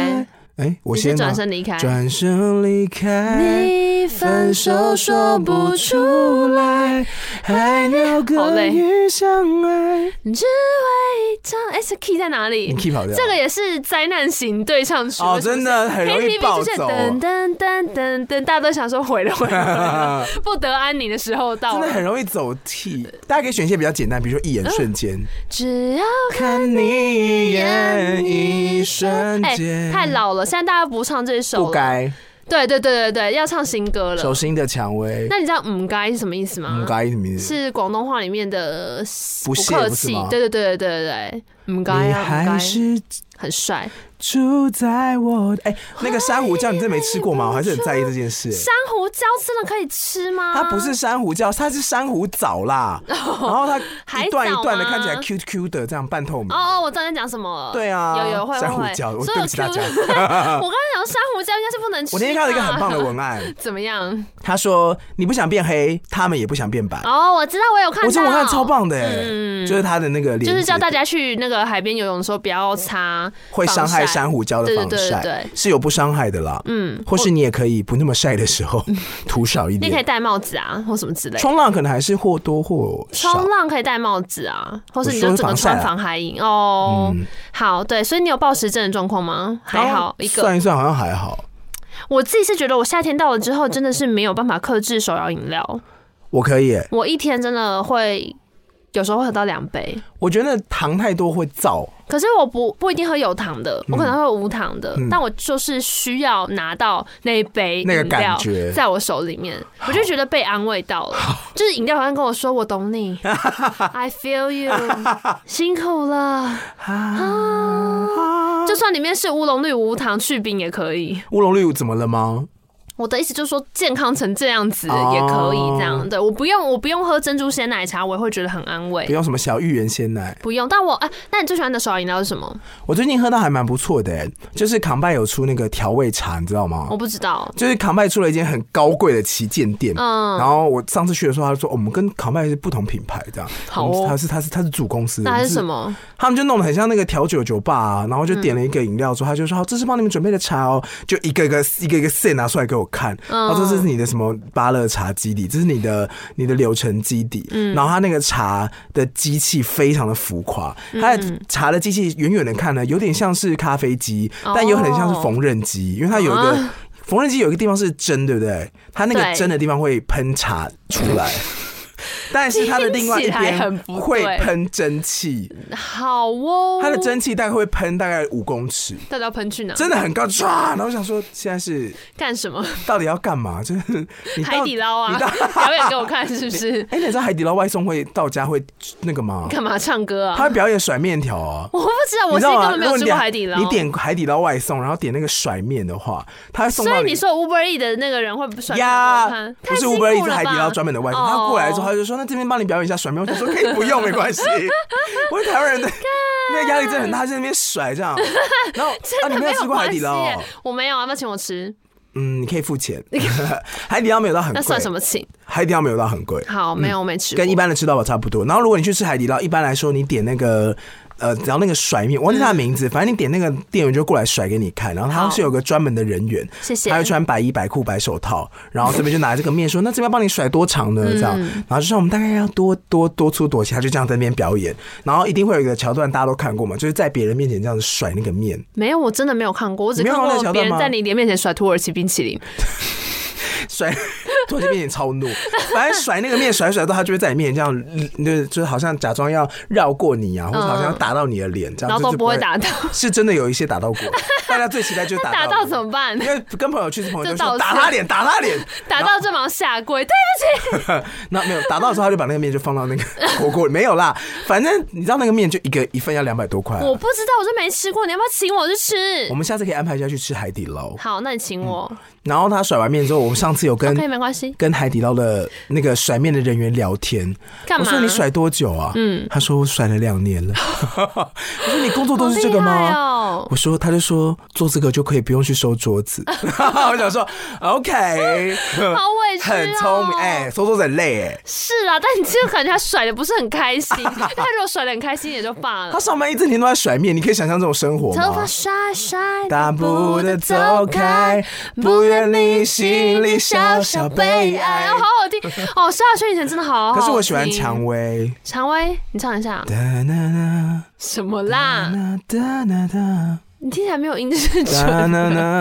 我先转身离开， 转身离开，你分手说不出来，海鸟跟鱼相爱， 只为这这 key 在哪里？ 你 key 跑掉， 这个也是灾难型对唱曲真的很容易暴走。 噔噔噔噔噔，大家都想说毁了，不得安宁的时候到了， 真的很容易走 key。大家可以选一些比较简单，比如说一眼瞬间， 只要看你一眼一瞬间。 太老了，现在大家不唱这首了， 不该。 对，要唱新歌了， 首新的蔷薇。 那你知道唔该是什么意思吗？ 唔该什么意思？ 是广东话里面的不客气。对，唔该啊， 你还是很帅。 住在我的那个珊瑚礁，你真的没吃过吗？我还是很在意这件事。 珊瑚礁真的可以吃吗？ 它不是珊瑚礁，它是珊瑚藻啦。然后它一段一段的，看起来 Q Q 的，这样半透明。 我知道你讲什么。 对啊， 有会珊瑚礁，我对不起大家。 我刚才讲珊瑚礁应该是不能吃。 我那天看到一个很棒的文案， 怎么样？ 他说你不想变黑，他们也不想变白。 我知道，我有看到。 我这文案超棒的就是他的那个， 就是叫大家去那个海边游泳的时候不要擦会伤害珊瑚礁的防晒，对，是有不伤害的啦。或是你也可以不那么晒的时候涂少一点。 你可以戴帽子啊，或什么之类的。 冲浪可能还是或多或少。 冲浪可以戴帽子啊，或是你就整个穿防寒衣好，对，所以你有暴食症的状况吗？还好一个， 算一算好像还好。 我自己是觉得我夏天到了之后真的是没有办法克制手摇饮料。 我可以我一天真的会有时候会喝到2杯。 我觉得糖太多会燥， 可是我不一定喝有糖的，我可能会无糖的，但我就是需要拿到那一杯饮料在我手里面，我就觉得被安慰到了。就是饮料好像跟我说我懂你，I feel you， 辛苦了。就算里面是乌龙绿无糖去冰也可以。 乌龙绿怎么了吗？ 我的意思就是说，健康成这样子也可以这样的。我不用喝珍珠鲜奶茶，我也会觉得很安慰。 不用什么小芋圆鲜奶， 不用。那你最喜欢的手摇饮料是什么？ 我最近喝到还蛮不错的，就是康拜有出那个调味茶，你知道吗？ 我不知道。就是康拜出了一间很高贵的旗舰店，然后我上次去的时候，他就说我们跟康拜是不同品牌，这样。好他是主公司。 那是什么？ 他们就弄得很像那个调酒酒吧啊，然后就点了一个饮料之后，他就说好，这是帮你们准备的茶哦，就一个一个 set 拿出来给我看。这是你的什么芭乐茶基底，这是你的柳橙基底，然后它那个茶的机器非常的浮夸，它的茶的机器远远的看呢，有点像是咖啡机，但有很像是缝纫机，因为它有一个缝纫机有一个地方是针，对不对？它那个针的地方会喷茶出来。但是它的另外一边会喷蒸汽， 好哦。 它的蒸汽大概会喷大概5公尺， 到底要喷去哪？ 真的很高，唰！然后我想说现在是干什么？ 到底要干嘛？就是你海底捞啊，表演给我看是不是？ 你知道海底捞外送会到家会那个吗？ 干嘛唱歌啊？ 他会表演甩面条啊！ 我不知道，我是根本没有吃过海底捞。 你点海底捞外送，然后点那个甩面的话，他会送到你。 所以你说 Uber E 的那个人会甩面给我看？ 不是 Uber E 是海底捞专门的外送，他过来之后他就说：“那这边帮你表演一下甩面。”我就说：“可以不用，没关系。”我是台湾人的那个压力真的很大，在那边甩这样。然后你没有吃过海底捞？ 我没有，要不要请我吃？ 你可以付钱。海底捞没有到很贵， 那算什么请？ 海底捞没有到很贵。 好，没有，我没吃过， 跟一般的吃到饱差不多。然后如果你去吃海底捞，一般来说你点那个。只要那个甩面，我忘记他的名字，反正你点那个店员就过来甩给你看，然后他是有个专门的人员， 谢谢， 他会穿白衣白裤白手套，然后这边就拿这个面说，那这边帮你甩多长呢？这样，然后就说我们大概要多粗多细，他就这样在那边表演，然后一定会有一个桥段大家都看过嘛，就是在别人面前这样子甩那个面。没有，我真的没有看过，我只看过别人在你脸面前甩土耳其冰淇淋。 甩土耳其面前超怒，反正甩那个面甩到他就会在你面前这样，就是好像假装要绕过你啊，或者好像要打到你的脸这样， 然后都不会打到， 是真的有一些打到过。大家最期待就是打到怎么办？ 因为跟朋友去，朋友就说打他脸，打他脸， 打到这马上下跪，对不起。 那没有打到的时候，他就把那个面就放到那个火锅里，没有啦。反正你知道那个面就一份要200多块。 我不知道，我就没吃过，你要不要请我去吃？ 我们下次可以安排一下去吃海底捞。 好，那你请我。 然后他甩完面之后，我们上次有跟没关系， 跟海底捞的那个甩面的人员聊天。 干嘛？ 我说你甩多久啊？他说我甩了2年了。我说你工作都是这个吗？ 有？ 他就说做这个就可以不用去收桌子。我想说 OK， 好委屈很聪明收桌子很累是啊，但你这个感觉他甩的不是很开心，他如果甩的很开心也就罢了。 他上班一整天都在甩面，你可以想象这种生活吗？ 头发甩甩， 大步的走开，不愿你心里小小悲哀。 好好听哦，萧亚轩以前真的好好听。 可是我喜欢蔷薇， 蔷薇，你唱一下。什么啦？你听起来没有音是准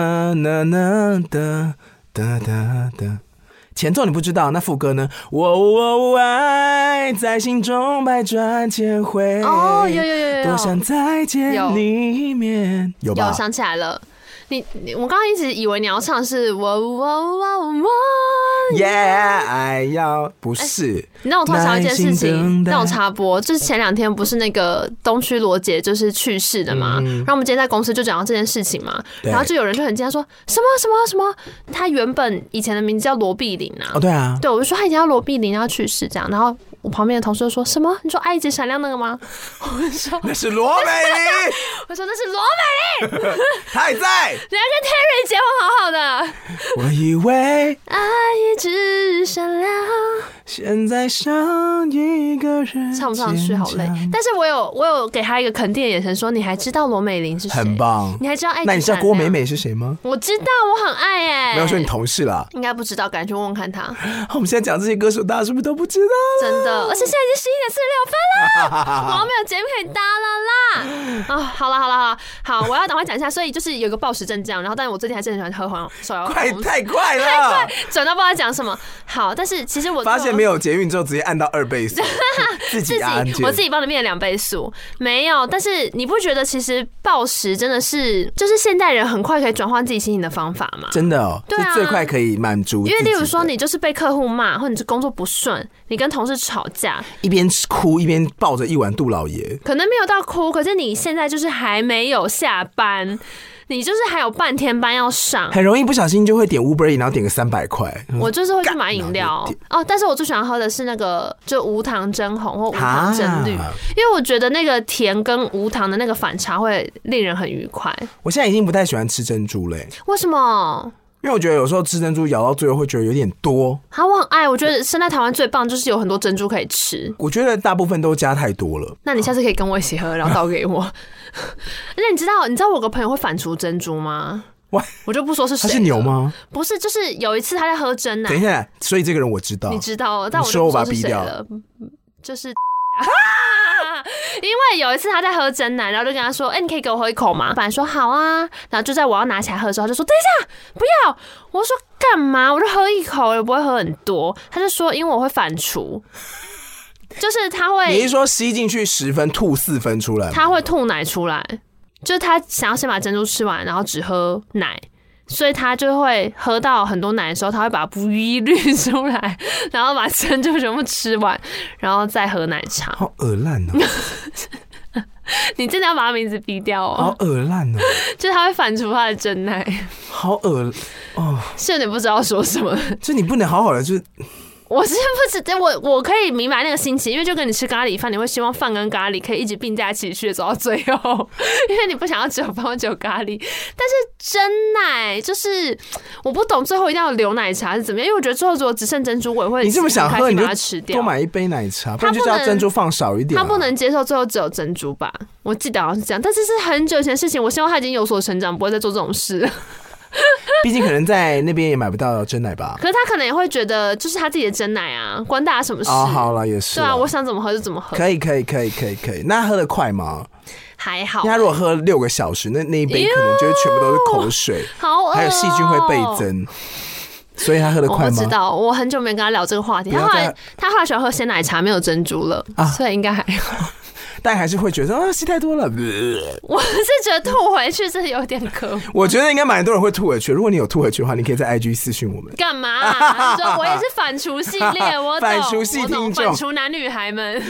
的。前奏你不知道，那副歌呢？我爱在心中百转千回。 哦，有， 多想再见你一面。有吧？ 有，想起来了。我刚刚一直以为你要唱是我。 爱要不是。 你让我突然想到一件事情，让我插播，就是前2天不是那个东区罗姐就是去世的嘛，然后我们今天在公司就讲到这件事情嘛，然后就有人就很惊讶说什么，他原本以前的名字叫罗碧玲啊。 对啊， 对，我就说他以前叫罗碧玲要去世这样，然后我旁边的同事就说什么？你说爱一直闪亮那个吗？我说那是罗美玲。 我说那是罗美玲。 他还在。 人家跟 Terry 结婚好好的。 我以为爱一直闪亮， 现在剩一个人。 唱不上去好累，但是我有给他一个肯定的眼神，说你还知道罗美玲是谁？ 很棒。 你还知道爱一直闪亮？ 那你知道郭美美是谁吗？ 我知道，我很爱没有说你同事啦。 应该不知道，赶紧去问问看他。 我们现在讲这些歌手，大家是不是都不知道？ 真的，而且现在已经11:46了，我没有节目可以搭了啦。好了，好，我要赶快讲一下。所以就是有个暴食症这样，然后但是我最近还是很喜欢喝手摇太快了， 转到不知道讲什么。好，但是其实我发现没有捷运之后直接按到2倍速，自己我自己帮你变了2倍速，没有。但是你不觉得其实暴食真的是就是现代人很快可以转换自己心情的方法吗？ 真的哦， 对啊， 是最快可以满足。 因为例如说你就是被客户骂，或者你工作不顺，你跟同事吵架， 一边哭一边抱着一碗杜老爷， 可能没有到哭，可是你现在就是还没有下班。你就是还有半天班要上， 很容易不小心就会点 Uber Eats， 然后点个300块。 我就是会去买饮料哦，但是我最喜欢喝的是那个就无糖真红或无糖真绿，因为我觉得那个甜跟无糖的那个反差会令人很愉快。 我现在已经不太喜欢吃珍珠了。 为什么？ 因为我觉得有时候吃珍珠咬到最后会觉得有点多。 我很爱，我觉得生在台湾最棒就是有很多珍珠可以吃。 我觉得大部分都加太多了。 那你下次可以跟我一起喝，然后倒给我。那你知道我有个朋友会反刍珍珠吗？我就不说是谁。他是牛吗？ 不是，就是有一次他在喝真奶。 等一下，所以这个人我知道， 你知道，但我就不说是谁了。就是因为有一次他在喝真奶，然后就跟他说：“你可以给我喝一口吗？”本来说好啊，然后就在我要拿起来喝的时候，他就说：“等一下，不要！”我说：“干嘛？我就喝一口，也不会喝很多。”他就说：“因为我会反刍。”就是他会， 你是说吸进去10分吐4分出来？ 他会吐奶出来，就是他想要先把珍珠吃完，然后只喝奶，所以他就会喝到很多奶的时候，他会把不一滤出来，然后把珍珠全部吃完，然后再喝奶茶。 好恶烂哦！ 你真的要把他名字逼掉哦！ 好恶烂哦！ 就是他会反刍他的真奶， 好恶哦！ 是有点不知道说什么， 就你不能好好的就是。 我是不知道，我可以明白那个心情，因为就跟你吃咖喱饭，你会希望饭跟咖喱可以一直并驾齐驱走到最后，因为你不想要只有饭或只有咖喱。但是真奶就是我不懂，最后一定要留奶茶是怎么样？因为我觉得最后如果只剩珍珠，我也会你这么想喝，你就把它吃掉， 多买一杯奶茶，不然就叫珍珠放少一点。 他不能接受最后只有珍珠吧？我记得好像是这样，但是是很久以前的事情。我希望他已经有所成长，不会再做这种事。 毕竟可能在那边也买不到真奶吧， 可是他可能也会觉得就是他自己的真奶啊，关大家什么事？ 好了，也是。 对啊，我想怎么喝就怎么喝。 可以。那喝得快吗？ 还好。 他如果喝6个小时，那一杯可能就会全部都是口水， 好恶， 还有细菌会倍增。所以他喝得快吗？ 我知道，我很久没跟他聊这个话题。他后来喜欢喝鲜奶茶，没有珍珠了，所以应该还好。 但还是会觉得吸太多了。 我是觉得吐回去是有点可恶。 我觉得应该蛮多人会吐回去。如果你有吐回去的话，你可以在 IG 私讯我们。 干嘛？你说我也是反刍系列，我懂， 反刍系听众， 反刍男女孩们。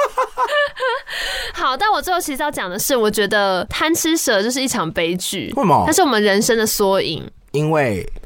好，但我最后其实要讲的是，我觉得贪吃蛇就是一场悲剧。 为什么？ 它是我们人生的缩影。 因为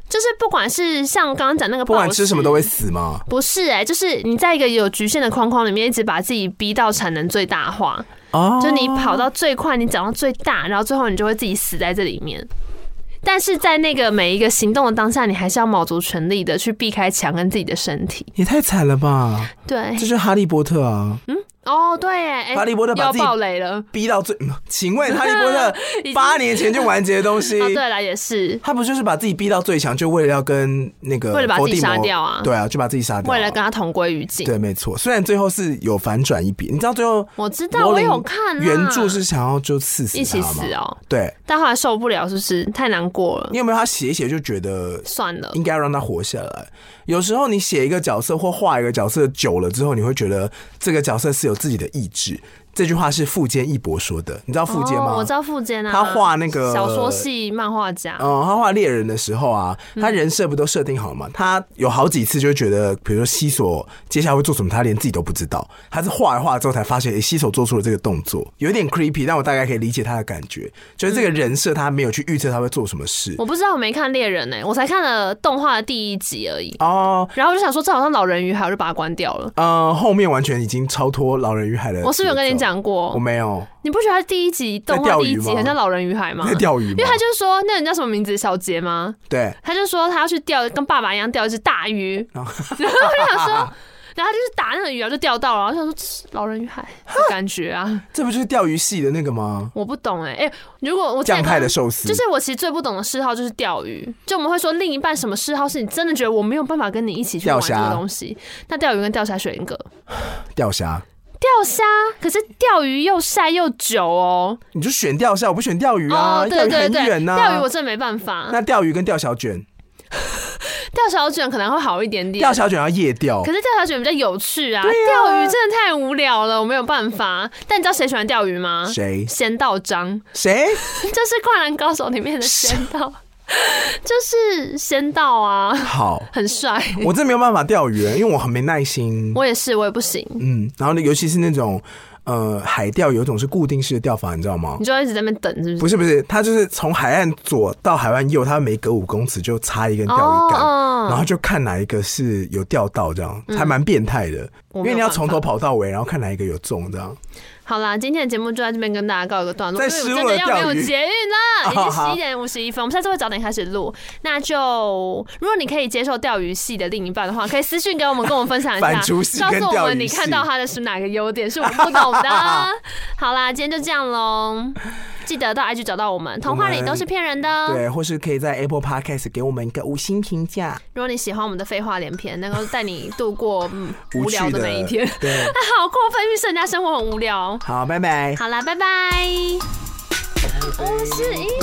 就是不管是像刚刚讲那个， 不管吃什么都会死吗？ 不是就是你在一个有局限的框框里面，一直把自己逼到产能最大化。就你跑到最快，你长到最大，然后最后你就会自己死在这里面。但是在那个每一个行动的当下，你还是要卯足全力的去避开墙跟自己的身体。 也太惨了吧！ 对， 这就是哈利波特啊。 哦，对耶， 哈利波特把自己爆雷了， 逼到最。请问哈利波特8年前就完结的东西， 对了，也是， 他不就是把自己逼到最强，就为了要跟那个为了把自己杀掉啊？ 对啊，就把自己杀掉， 为了跟他同归于尽。 对，没错。虽然最后是有反转一笔，你知道最后我知道，我有看原著是想要就刺死他， 一起死哦。 对， 但后来受不了，是不是太难过了？ 你有没有他写一写就觉得算了， 应该让他活下来？有时候你写一个角色或画一个角色久了之后，你会觉得这个角色是有自己的意志。这句话是富坚义博说的，你知道富坚吗？ 我知道富坚啊， 他画那个小说系漫画家。 他画猎人的时候啊，他人设不都设定好了吗？他有好几次就觉得，比如说西索接下来会做什么，他连自己都不知道。他是画一画之后才发现，西索做出了这个动作，有点 creepy， 但我大概可以理解他的感觉，就是这个人设他没有去预测他会做什么事。 我不知道，我没看猎人我才看了动画的第1集而已。然后我就想说，这好像老人与海，我就把它关掉了。 后面完全已经超脱老人与海的。 我是不是有跟你讲过？ 我没有。 你不觉得他第1集动画第1集很像老人与海吗？ 在钓鱼吗？ 因为他就是说，那人叫什么名字？小杰吗？ 对， 他就说他要去钓，跟爸爸一样钓一只大鱼。然后我就想说，然后他就是打那个鱼啊，就钓到了。然后想说老人与海的感觉啊， 这不就是钓鱼系的那个吗？ 我不懂如果我酱派的寿司， 就是我其实最不懂的嗜好就是钓鱼。就我们会说另一半什么嗜好是你真的觉得我没有办法跟你一起去玩这个东西？那钓鱼跟钓虾选一个。 钓虾。 钓虾，可是钓鱼又晒又久哦。 你就选钓虾，我不选钓鱼啊。 对对对， 钓鱼很远啊。 钓鱼我真的没办法。 那钓鱼跟钓小卷， 钓小卷可能会好一点点。 钓小卷要夜钓， 可是钓小卷比较有趣啊。钓鱼真的太无聊了，我没有办法。但你知道谁喜欢钓鱼吗？ 谁？ 仙道章。 谁？ 就是《灌篮高手》里面的仙道。就是仙道啊， 好， 很帅。 我真的没有办法钓鱼，因为我很没耐心。 我也是，我也不行。 然后尤其是那种海钓，有一种是固定式的钓法，你知道吗？ 你就要一直在那边等，是不是？ 不是，它就是从海岸左到海岸右，它每隔5公尺就插一根钓鱼竿，然后就看哪一个是有钓到，这样还蛮变态的。因为你要从头跑到尾，然后看哪一个有中，这样。好啦，今天的节目就在这边跟大家告一个段落， 因为我真的要没有捷运了，已经11:51分，我们下次会早点开始录。那就如果你可以接受钓鱼系的另一半的话，可以私讯给我们，跟我们分享一下，告诉我们你看到他的是哪个优点是我们不懂的。好啦，今天就这样咯，记得到 IG 找到我们，童话里都是骗人的。 对，或是可以在 Apple Podcast 给我们一个5星评价。 如果你喜欢我们的废话连篇，能够带你度过无聊的每一天。 对， 好过分，因为人家生活很无聊。 好，拜拜。 好啦，拜拜。541。